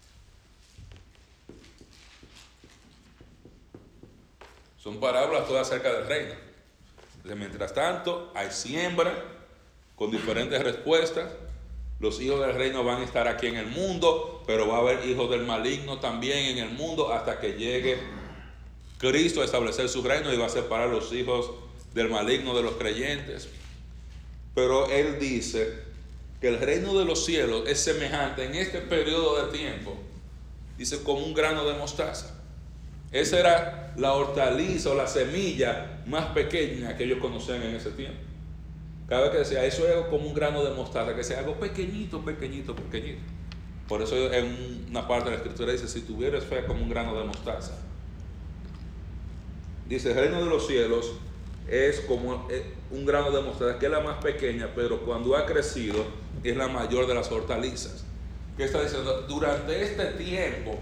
son parábolas todas acerca del reino. Entonces, mientras tanto, hay siembra con diferentes respuestas. Los hijos del reino van a estar aquí en el mundo, pero va a haber hijos del maligno también en el mundo hasta que llegue Cristo a establecer su reino y va a separar los hijos del maligno de los creyentes. Pero Él dice que el reino de los cielos es semejante en este periodo de tiempo, dice, como un grano de mostaza. Esa era la hortaliza o la semilla más pequeña que ellos conocían en ese tiempo. Cada vez que decía, eso es como un grano de mostaza, que sea algo pequeñito, pequeñito, pequeñito. Por eso en una parte de la escritura dice, si tuvieras fe como un grano de mostaza. Dice, el reino de los cielos es como un grano de mostaza, que es la más pequeña, pero cuando ha crecido es la mayor de las hortalizas. ¿Qué está diciendo? Durante este tiempo,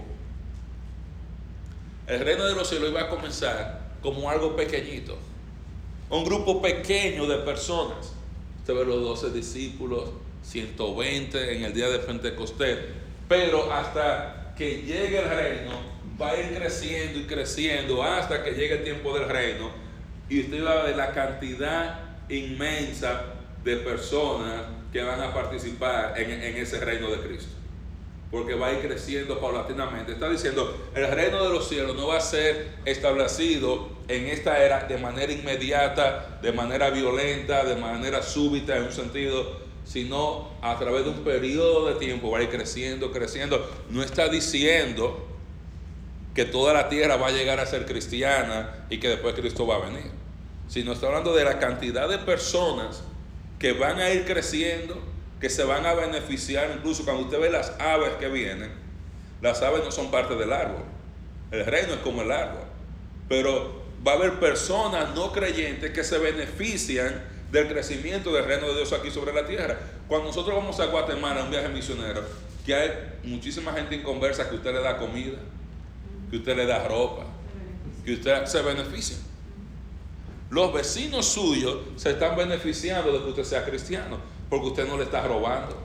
el reino de los cielos iba a comenzar como algo pequeñito, un grupo pequeño de personas. Usted ve los 12 discípulos, 120 en el día de Pentecostés, pero hasta que llegue el reino va a ir creciendo y creciendo hasta que llegue el tiempo del reino, y usted va a ver la cantidad inmensa de personas que van a participar en ese reino de Cristo, porque va a ir creciendo paulatinamente. Está diciendo, el reino de los cielos no va a ser establecido en esta era de manera inmediata, de manera violenta, de manera súbita en un sentido, sino a través de un periodo de tiempo va a ir creciendo, creciendo. No está diciendo que toda la tierra va a llegar a ser cristiana y que después Cristo va a venir, sino está hablando de la cantidad de personas que van a ir creciendo, que se van a beneficiar. Incluso cuando usted ve las aves que vienen, las aves no son parte del árbol, el reino es como el árbol, pero va a haber personas no creyentes que se benefician del crecimiento del reino de Dios aquí sobre la tierra. Cuando nosotros vamos a Guatemala a un viaje misionero, que hay muchísima gente inconversa, que usted le da comida, que usted le da ropa, que usted se beneficia. Los vecinos suyos se están beneficiando de que usted sea cristiano, porque usted no le está robando,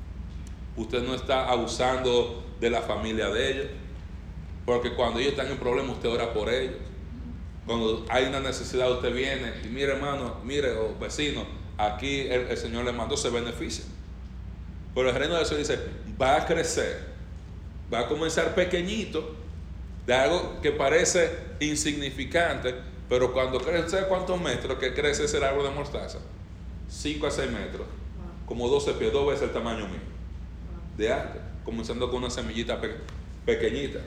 usted no está abusando de la familia de ellos, porque cuando ellos están en problemas usted ora por ellos. Cuando hay una necesidad usted viene y mire, hermano, mire, vecino, aquí el Señor le mandó, se beneficia. Pero el reino de Dios dice, va a crecer, va a comenzar pequeñito, de algo que parece insignificante, pero cuando crece, ¿cuántos metros que crece ese árbol de mostaza? 5 a 6 metros, como 12 pies, 2 veces el tamaño mío, de alto, comenzando con una semillita pequeñita.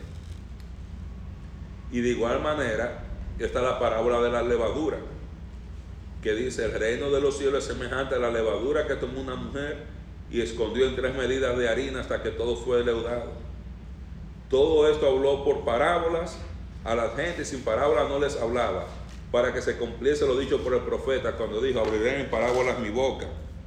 Y de igual manera, está la parábola de la levadura, que dice, el reino de los cielos es semejante a la levadura que tomó una mujer y escondió en 3 medidas de harina hasta que todo fue leudado. Todo esto habló por parábolas a la gente, y sin parábolas no les hablaba, para que se cumpliese lo dicho por el profeta cuando dijo, abriré en parábolas mi boca,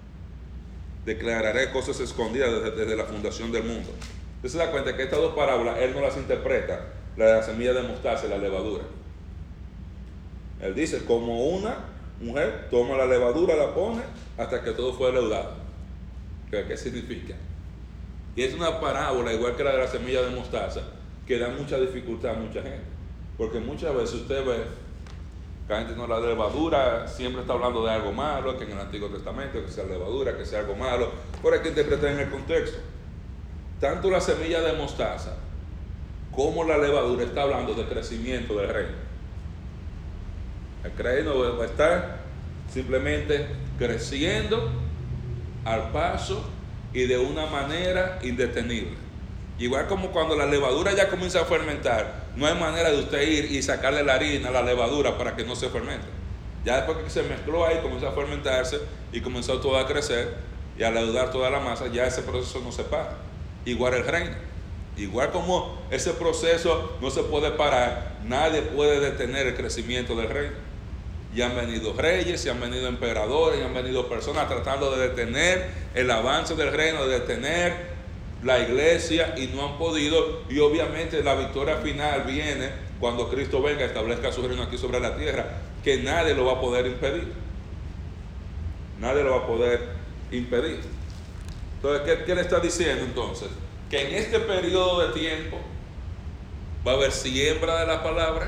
declararé cosas escondidas desde la fundación del mundo. Usted se da cuenta que estas dos parábolas él no las interpreta, la de la semilla de mostaza y la levadura. Él dice, como una mujer toma la levadura, la pone hasta que todo fue leudado. ¿Qué significa? Y es una parábola igual que la de la semilla de mostaza, que da mucha dificultad a mucha gente, porque muchas veces usted ve que la gente, no, la levadura siempre está hablando de algo malo, que en el Antiguo Testamento, que sea levadura, que sea algo malo, pero hay que interpretar en el contexto. Tanto la semilla de mostaza como la levadura está hablando de crecimiento del reino. El reino va a estar simplemente creciendo al paso y de una manera indetenible. Igual como cuando la levadura ya comienza a fermentar, no hay manera de usted ir y sacarle la harina a la levadura para que no se fermente. Ya después que se mezcló ahí, comenzó a fermentarse y comenzó todo a crecer y a leudar toda la masa, ya ese proceso no se para. Igual el reino. Igual como ese proceso no se puede parar, nadie puede detener el crecimiento del reino. Y han venido reyes, y han venido emperadores, y han venido personas tratando de detener el avance del reino, de detener la iglesia, y no han podido. Y obviamente la victoria final viene cuando Cristo venga, establezca su reino aquí sobre la tierra, que nadie lo va a poder impedir. Nadie lo va a poder impedir. Entonces, ¿qué le está diciendo entonces? Que en este periodo de tiempo va a haber siembra de la palabra,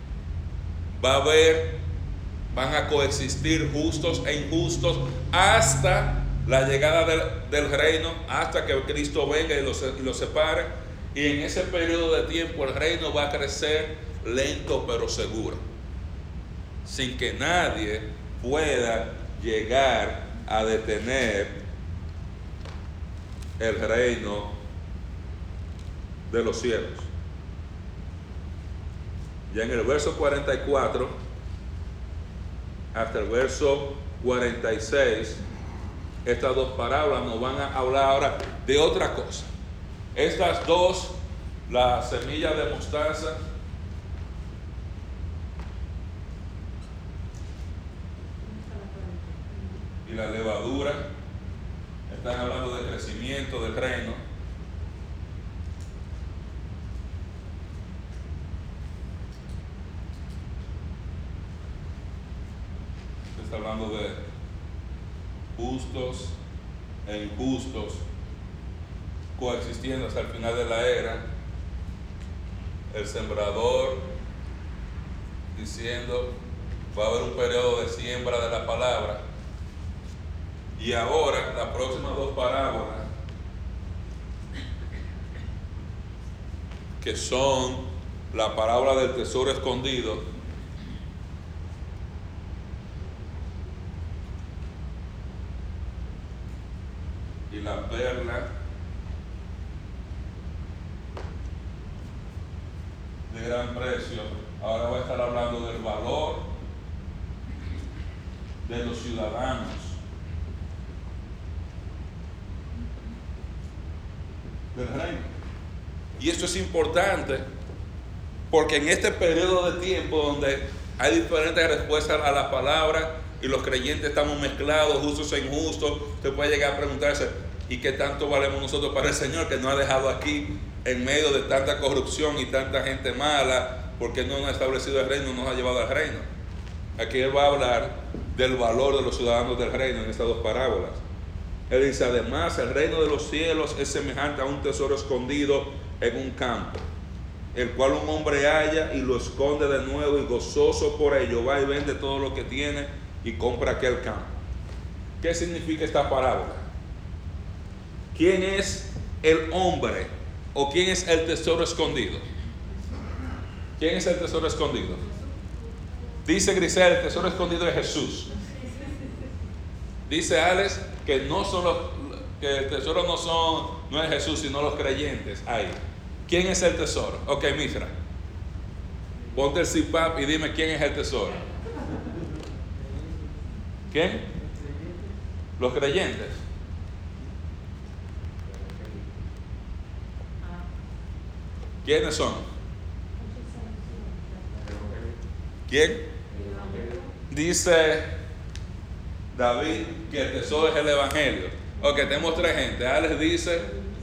van a coexistir justos e injustos hasta la llegada del reino, hasta que Cristo venga y los separe. Y en ese periodo de tiempo el reino va a crecer lento pero seguro, sin que nadie pueda llegar a detener el reino de los cielos. Ya en el verso 44 hasta el verso 46, estas dos parábolas nos van a hablar ahora de otra cosa. Estas dos, la semilla de mostaza y la levadura, están hablando de crecimiento del reino. Está hablando de justos e injustos coexistiendo hasta el final de la era. El sembrador diciendo: va a haber un periodo de siembra de la palabra. Y ahora, las próximas dos parábolas, que son la parábola del tesoro escondido y la perla de gran precio, ahora voy a estar hablando del valor de los ciudadanos del reino. Y esto es importante porque en este periodo de tiempo donde hay diferentes respuestas a la palabra y los creyentes estamos mezclados, justos e injustos, usted puede llegar a preguntarse: ¿y qué tanto valemos nosotros para el Señor, que nos ha dejado aquí en medio de tanta corrupción y tanta gente mala? Porque no nos ha establecido el reino, nos ha llevado al reino. Aquí él va a hablar del valor de los ciudadanos del reino en estas dos parábolas. Él dice: además, el reino de los cielos es semejante a un tesoro escondido en un campo, el cual un hombre halla y lo esconde de nuevo, y gozoso por ello va y vende todo lo que tiene y compra aquel campo. ¿Qué significa esta parábola? ¿Quién es el hombre o quién es el tesoro escondido? ¿Quién es el tesoro escondido? Dice Grisel: el tesoro escondido es Jesús. Dice Alex que que el tesoro no es Jesús, sino los creyentes. Ahí. ¿Quién es el tesoro? Ok, Misra, ponte el CPAP y dime quién es el tesoro. ¿Quién? Los creyentes. ¿Quiénes son? ¿Quién? Dice David que el tesoro es el evangelio. Ok, tenemos tres gente. Alex dice,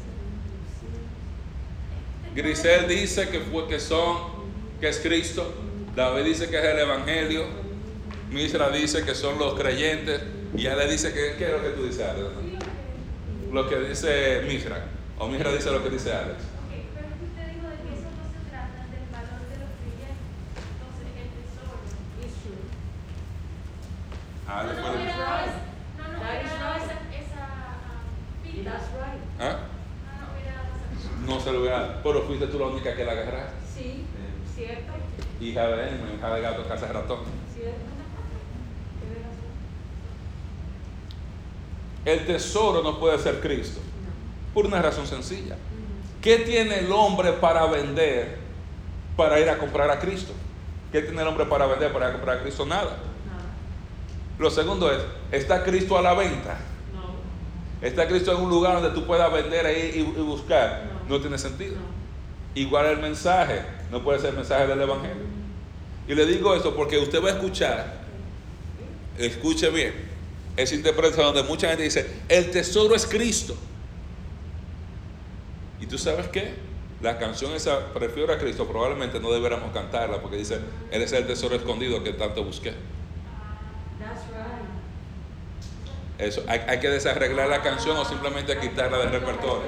Grisel dice que es Cristo. David dice que es el evangelio. Misra dice que son los creyentes. Y Alex dice que, ¿qué es lo que tú dices, Alex? Lo que dice Misra. O Misra dice lo que dice Alex. No se lo voy a dar, pero fuiste tú la única que la agarraste. Sí, cierto. Hija de él, hija de gato, casa de ratón. Cierto. El tesoro no puede ser Cristo, por una razón sencilla. ¿Qué tiene el hombre para vender para ir a comprar a Cristo? ¿Qué tiene el hombre para vender para ir a comprar a Cristo? Nada. Lo segundo es, ¿está Cristo a la venta? No. ¿Está Cristo en un lugar donde tú puedas vender ahí y buscar? no tiene sentido. Igual el mensaje, no puede ser el mensaje del Evangelio. Y le digo esto porque usted va a escuchar, escuche bien, esa interpretación donde mucha gente dice, el tesoro es Cristo. ¿Y tú sabes qué? La canción esa, Prefiero a Cristo, probablemente no deberíamos cantarla porque dice, Él es el tesoro escondido que tanto busqué. Eso, hay que desarreglar la canción o simplemente quitarla del repertorio.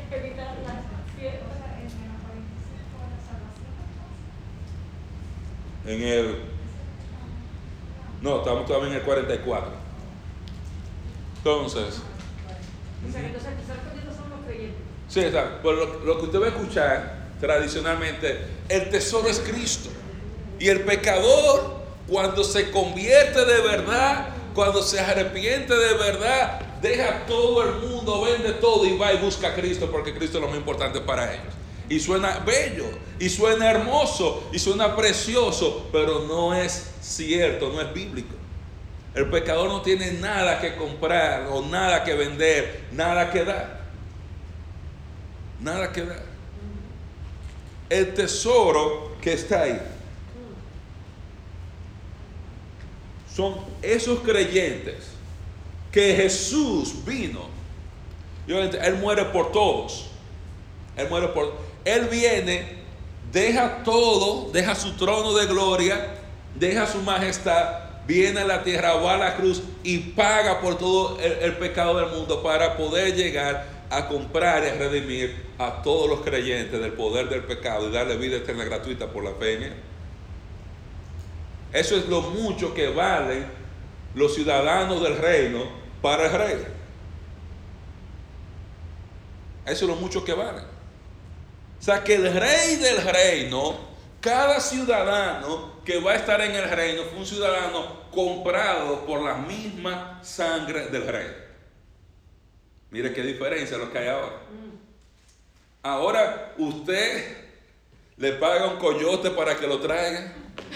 No, estamos todavía en el 44. Entonces, sí, está. Pues lo que usted va a escuchar tradicionalmente, el tesoro es Cristo. Y el pecador, cuando se convierte de verdad, cuando se arrepiente de verdad, deja todo el mundo, vende todo y va y busca a Cristo, porque Cristo es lo más importante para ellos. Y suena bello, y suena hermoso, y suena precioso, pero no es cierto, no es bíblico. El pecador no tiene nada que comprar o nada que vender, nada que dar. Nada que dar. El tesoro que está ahí son esos creyentes que Jesús vino. Él muere por todos. Él viene, deja todo, deja su trono de gloria, deja su majestad, viene a la tierra, va a la cruz y paga por todo el pecado del mundo para poder llegar a comprar y redimir a todos los creyentes del poder del pecado y darle vida eterna gratuita por la fe en Él. Eso es lo mucho que valen los ciudadanos del reino para el rey. Eso es lo mucho que valen. O sea que el rey del reino, cada ciudadano que va a estar en el reino fue un ciudadano comprado por la misma sangre del rey. Mire qué diferencia lo que hay ahora. Ahora usted le paga un coyote para que lo traiga.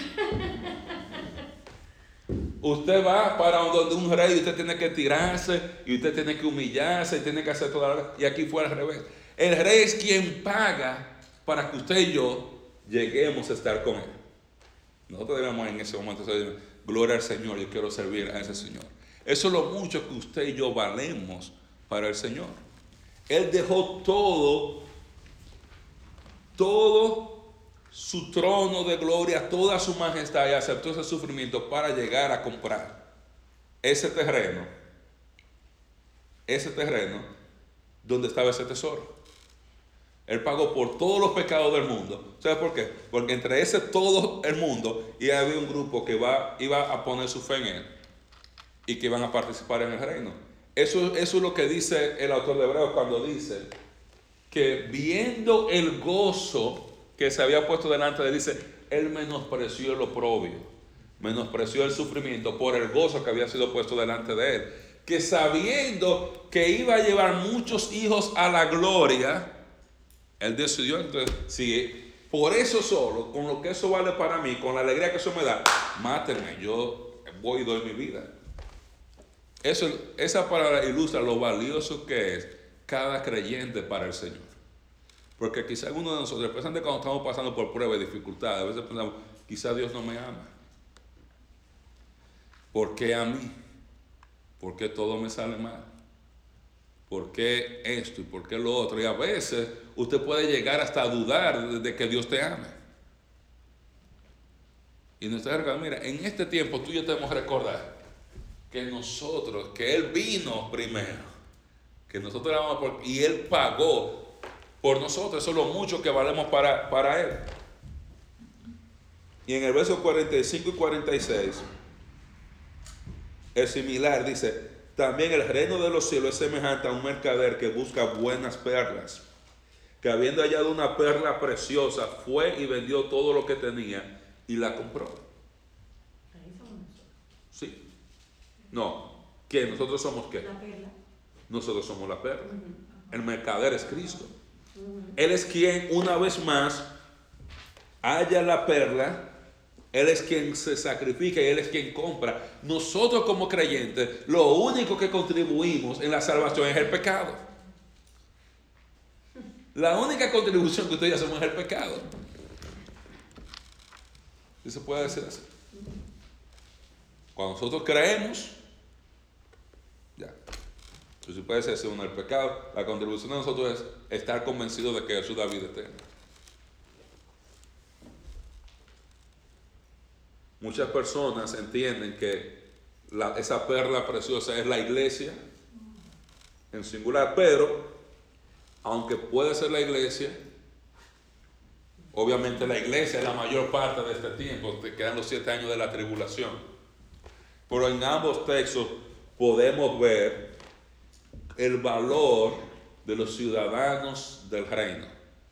Usted va para donde un rey y usted tiene que tirarse y usted tiene que humillarse y tiene que hacer toda la... Y aquí fue al revés. El rey es quien paga para que usted y yo lleguemos a estar con Él. Nosotros debemos en ese momento decir, gloria al Señor, yo quiero servir a ese Señor. Eso es lo mucho que usted y yo valemos para el Señor. Él dejó todo su trono de gloria, toda su majestad, y aceptó ese sufrimiento para llegar a comprar ese terreno donde estaba ese tesoro. Él pagó por todos los pecados del mundo. ¿Sabes por qué? Porque entre ese todo el mundo y había un grupo que iba a poner su fe en Él y que iban a participar en el reino. Eso es lo que dice el autor de Hebreos cuando dice que viendo el gozo que se había puesto delante de él, dice, él menospreció el oprobio, menospreció el sufrimiento por el gozo que había sido puesto delante de él, que sabiendo que iba a llevar muchos hijos a la gloria, él decidió entonces, si por eso solo, con lo que eso vale para mí, con la alegría que eso me da, mátenme, yo voy y doy mi vida. Esa palabra ilustra lo valioso que es cada creyente para el Señor. Porque quizá alguno de nosotros, especialmente cuando estamos pasando por pruebas y dificultades, a veces pensamos, quizá Dios no me ama. ¿Por qué a mí? ¿Por qué todo me sale mal? ¿Por qué esto y por qué lo otro? Y a veces usted puede llegar hasta a dudar de que Dios te ame. Y nuestra hermana, mira, en este tiempo tú y yo debemos recordar que Él vino primero, que nosotros éramos y Él pagó por nosotros. Eso es lo mucho que valemos para Él. Y en el verso 45 y 46 es similar, dice, también el reino de los cielos es semejante a un mercader que busca buenas perlas, que habiendo hallado una perla preciosa, fue y vendió todo lo que tenía y la compró. Sí. No, ¿qué? ¿Nosotros somos qué? La perla. Nosotros somos la perla. El mercader es Cristo. Él es quien una vez más halla la perla. Él es quien se sacrifica y Él es quien compra. Nosotros como creyentes, lo único que contribuimos en la salvación es el pecado. La única contribución que ustedes hacemos es el pecado. ¿Sí se puede decir así? Cuando nosotros creemos, ya. Entonces puede ser según el pecado. La contribución de nosotros es estar convencidos de que Jesús da vida eterna. Muchas personas entienden que esa perla preciosa es la iglesia en singular, pero aunque puede ser la iglesia, obviamente la iglesia es la mayor parte de este tiempo, te quedan los 7 años de la tribulación. Pero en ambos textos podemos ver el valor de los ciudadanos del reino.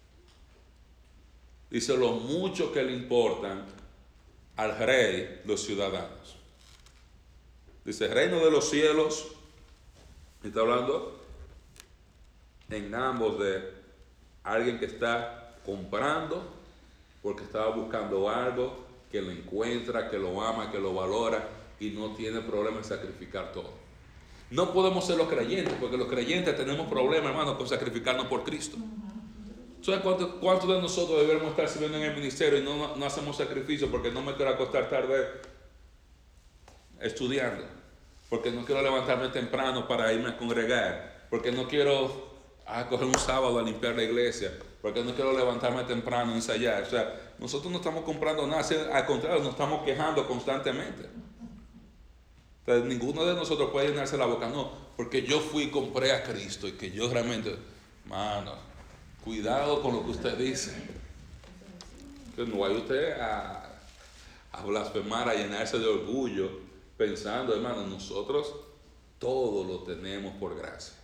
Dice lo mucho que le importan al rey los ciudadanos. Dice, el reino de los cielos, está hablando en ambos de alguien que está comprando porque estaba buscando algo, que lo encuentra, que lo ama, que lo valora y no tiene problema en sacrificar todo. No podemos ser los creyentes, porque los creyentes tenemos problemas, hermano, con sacrificarnos por Cristo. ¿Sabes cuántos de nosotros debemos estar sirviendo en el ministerio y no hacemos sacrificio porque no me quiero acostar tarde estudiando? Porque no quiero levantarme temprano para irme a congregar, porque no quiero coger un sábado a limpiar la iglesia, porque no quiero levantarme temprano a ensayar. O sea, nosotros no estamos comprando nada, al contrario, nos estamos quejando constantemente. Entonces, ninguno de nosotros puede llenarse la boca, no, porque yo fui y compré a Cristo y que yo realmente, mano, cuidado con lo que usted dice. Que no vaya usted a blasfemar, a llenarse de orgullo, pensando, hermano, nosotros todo lo tenemos por gracia.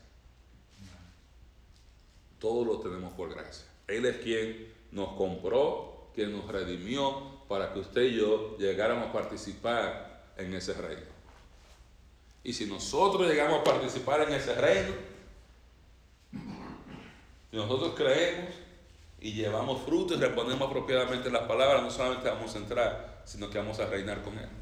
Todo lo tenemos por gracia. Él es quien nos compró, quien nos redimió para que usted y yo llegáramos a participar en ese reino. Y si nosotros llegamos a participar en ese reino, si nosotros creemos y llevamos fruto y respondemos apropiadamente las palabras, no solamente vamos a entrar, sino que vamos a reinar con Él.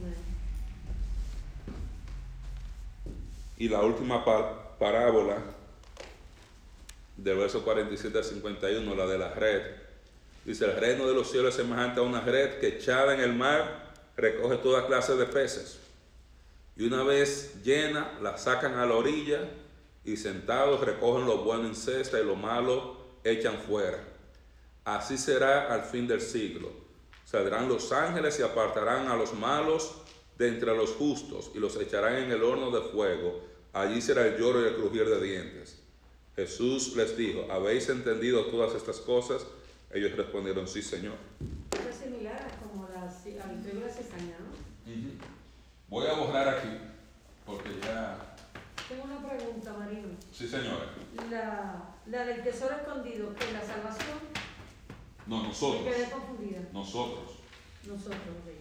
Y la última parábola, del verso 47 al 51, la de la red, dice, el reino de los cielos es semejante a una red que echada en el mar recoge toda clase de peces. Y una vez llena, la sacan a la orilla y sentados recogen lo bueno en cesta y lo malo echan fuera. Así será al fin del siglo. Saldrán los ángeles y apartarán a los malos de entre los justos y los echarán en el horno de fuego. Allí será el lloro y el crujir de dientes. Jesús les dijo, ¿habéis entendido todas estas cosas? Ellos respondieron, sí, Señor. Es similar a como la victoria de la cizaña, ¿no? Voy a borrar aquí, porque ya... Tengo una pregunta, Marino. Sí, señora. La del tesoro escondido, ¿que es la salvación? No, nosotros. Me quedé confundida. Nosotros. Nosotros, sí.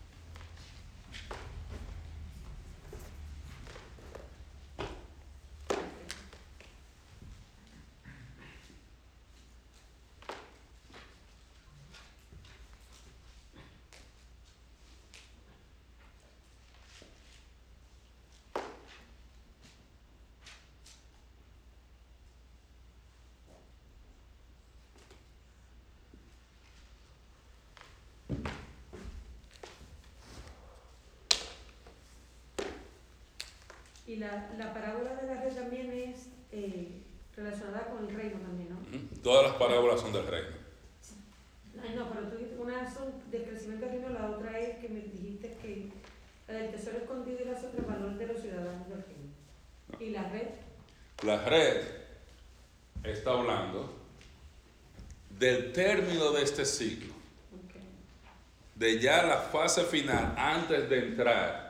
Y la parábola de la red también es relacionada con el reino también, ¿no? Todas las parábolas son del reino. Ay, no, pero tú dices, una son de crecimiento del reino, la otra es que me dijiste que la del tesoro escondido y las otras valores de los ciudadanos del reino. No. ¿Y la red? La red está hablando del término de este ciclo. Okay. De ya la fase final, antes de entrar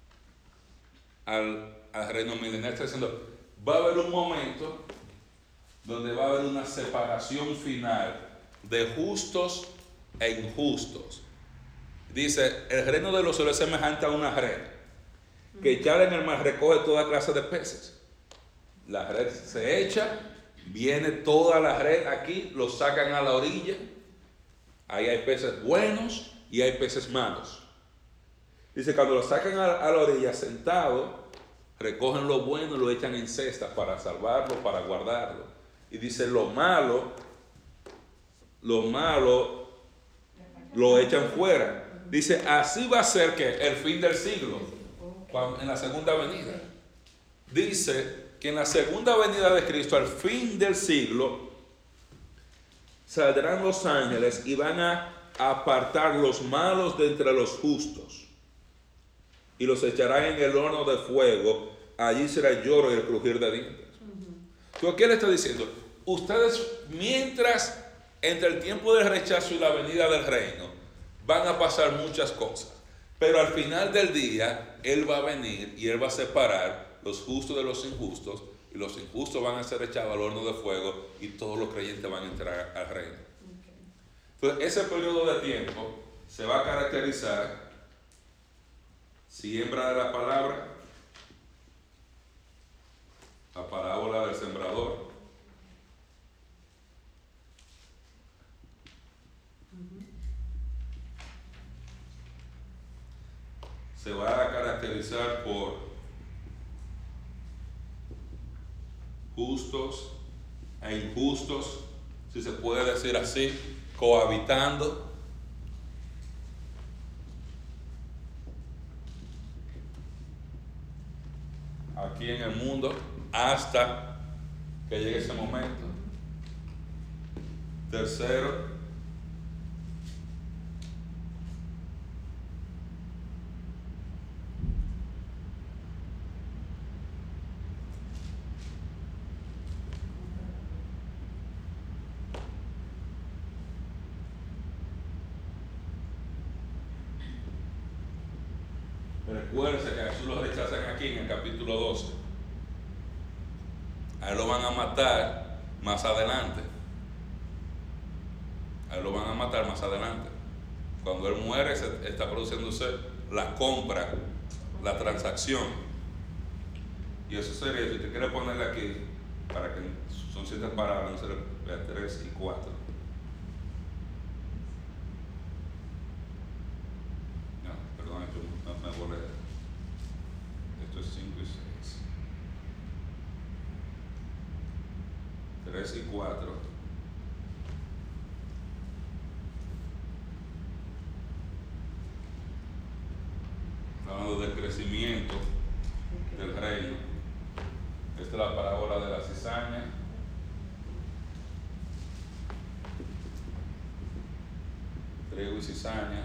al reino milenario. Está diciendo, va a haber un momento donde va a haber una separación final de justos e injustos. Dice, el reino de los cielos es semejante a una red que echada en el mar recoge toda clase de peces. La red se echa, viene toda la red aquí, lo sacan a la orilla. Ahí hay peces buenos y hay peces malos. Dice, cuando lo sacan a la orilla sentado, recogen lo bueno y lo echan en cestas para salvarlo, para guardarlo. y dice lo malo lo echan fuera. Dice, así va a ser que el fin del siglo, en la segunda venida. Dice que en la segunda venida de Cristo, al fin del siglo, saldrán los ángeles y van a apartar los malos de entre los justos y los echarán en el horno de fuego. Allí será el lloro y el crujir de dientes. Entonces, ¿qué le está diciendo? Ustedes, mientras entre el tiempo del rechazo y la venida del reino, van a pasar muchas cosas, pero al final del día Él va a venir y Él va a separar los justos de los injustos, y los injustos van a ser echados al horno de fuego y todos los creyentes van a entrar al reino. Entonces ese periodo de tiempo se va a caracterizar siembra de la palabra, la parábola del sembrador, se va a caracterizar por justos e injustos, si se puede decir así, cohabitando. Aquí en el mundo hasta que llegue ese momento. Tercero, recuérdense que a Jesús lo rechazan aquí en el capítulo 12. A él lo van a matar más adelante. A él lo van a matar más adelante. Cuando él muere, está produciéndose la compra, la transacción. Y eso sería, si usted quiere ponerle aquí, para que son 7 palabras, no sería 3 y 4. No, perdón, esto no me borré. Esto es 5 y 6. 3 y 4. Hablando del crecimiento del reino. Esta es la parábola de la cizaña. Trigo y cizaña.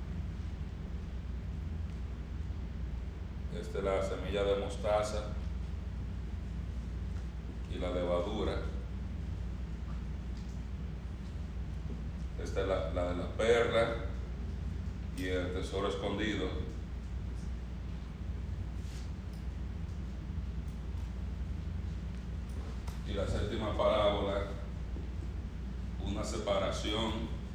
Esta es la semilla de mostaza y la levadura. Esta es la de la perla y el tesoro escondido. Y la séptima parábola, una separación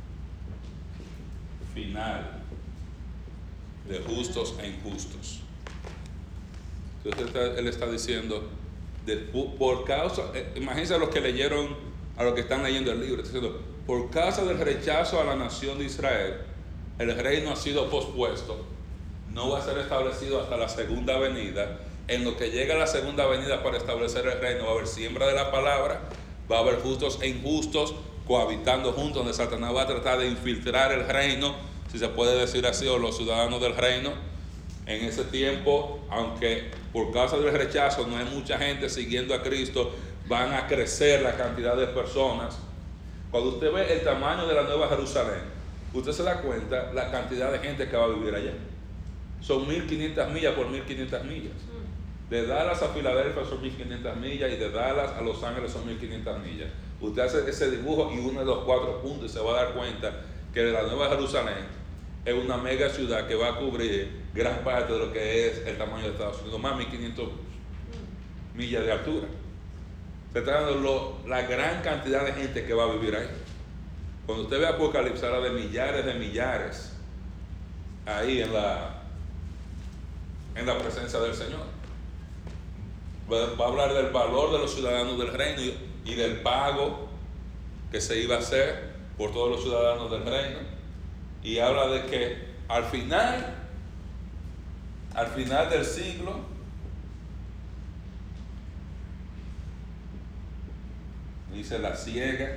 final de justos e injustos. Entonces él está diciendo, por causa, imagínense a los que leyeron, a los que están leyendo el libro, está diciendo, por causa del rechazo a la nación de Israel, el reino ha sido pospuesto, no va a ser establecido hasta la segunda venida. En lo que llega la segunda venida para establecer el reino, va a haber siembra de la palabra, va a haber justos e injustos cohabitando juntos, donde Satanás va a tratar de infiltrar el reino, si se puede decir así, o los ciudadanos del reino. En ese tiempo, aunque por causa del rechazo no hay mucha gente siguiendo a Cristo, van a crecer la cantidad de personas. Cuando usted ve el tamaño de la Nueva Jerusalén, usted se da cuenta la cantidad de gente que va a vivir allá. Son 1500 millas por 1500 millas. De Dallas a Filadelfia son 1500 millas y de Dallas a Los Ángeles son 1500 millas. Usted hace ese dibujo y une los 4 puntos y se va a dar cuenta que la Nueva Jerusalén es una mega ciudad que va a cubrir gran parte de lo que es el tamaño de Estados Unidos, más 1500 millas de altura. Se está dando la gran cantidad de gente que va a vivir ahí. Cuando usted ve Apocalipsis, habla de millares ahí en la presencia del Señor. Va a hablar del valor de los ciudadanos del reino y del pago que se iba a hacer por todos los ciudadanos del reino. Y habla de que al final del siglo, dice la siega,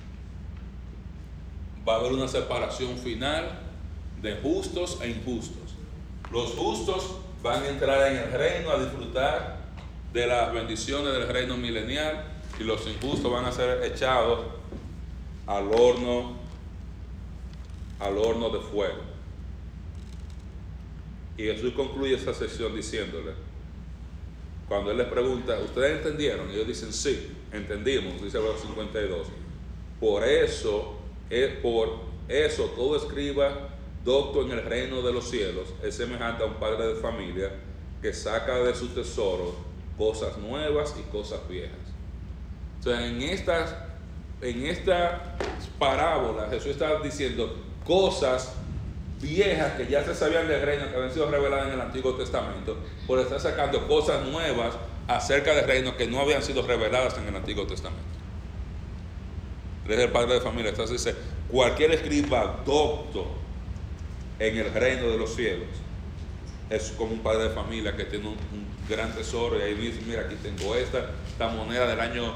va a haber una separación final de justos e injustos. Los justos van a entrar en el reino a disfrutar de las bendiciones del reino milenial, y los injustos van a ser echados al horno de fuego. Y Jesús concluye esta sección diciéndole, cuando Él les pregunta, ¿ustedes entendieron? Y ellos dicen, sí, entendimos, dice el verso 52. Por eso todo escriba docto en el reino de los cielos es semejante a un padre de familia que saca de su tesoro cosas nuevas y cosas viejas. O sea, en esta parábola Jesús está diciendo cosas viejas que ya se sabían del reino, que habían sido reveladas en el Antiguo Testamento, pero está sacando cosas nuevas acerca del reino que no habían sido reveladas en el Antiguo Testamento. Él es el padre de familia. Entonces dice, cualquier escriba docto en el reino de los cielos es como un padre de familia que tiene un gran tesoro, y ahí dice, mira, aquí tengo esta moneda del año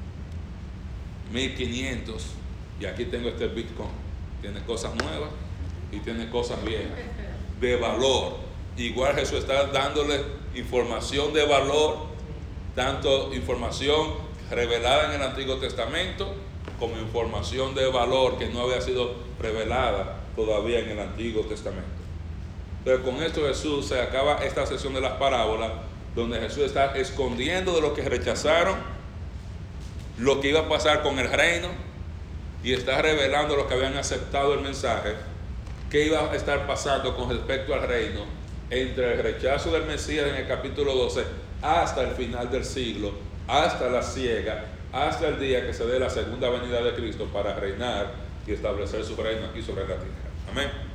1500, y aquí tengo este Bitcoin. Tiene cosas nuevas y tiene cosas viejas de valor. Igual Jesús está dándole información de valor, tanto información revelada en el Antiguo Testamento como información de valor que no había sido revelada todavía en el Antiguo Testamento. Pero con esto Jesús se acaba esta sesión de las parábolas, donde Jesús está escondiendo de los que rechazaron lo que iba a pasar con el reino, y está revelando a los que habían aceptado el mensaje qué iba a estar pasando con respecto al reino entre el rechazo del Mesías en el capítulo 12 hasta el final del siglo, hasta la siega, hasta el día que se dé la segunda venida de Cristo para reinar y establecer su reino aquí sobre la tierra. Amén.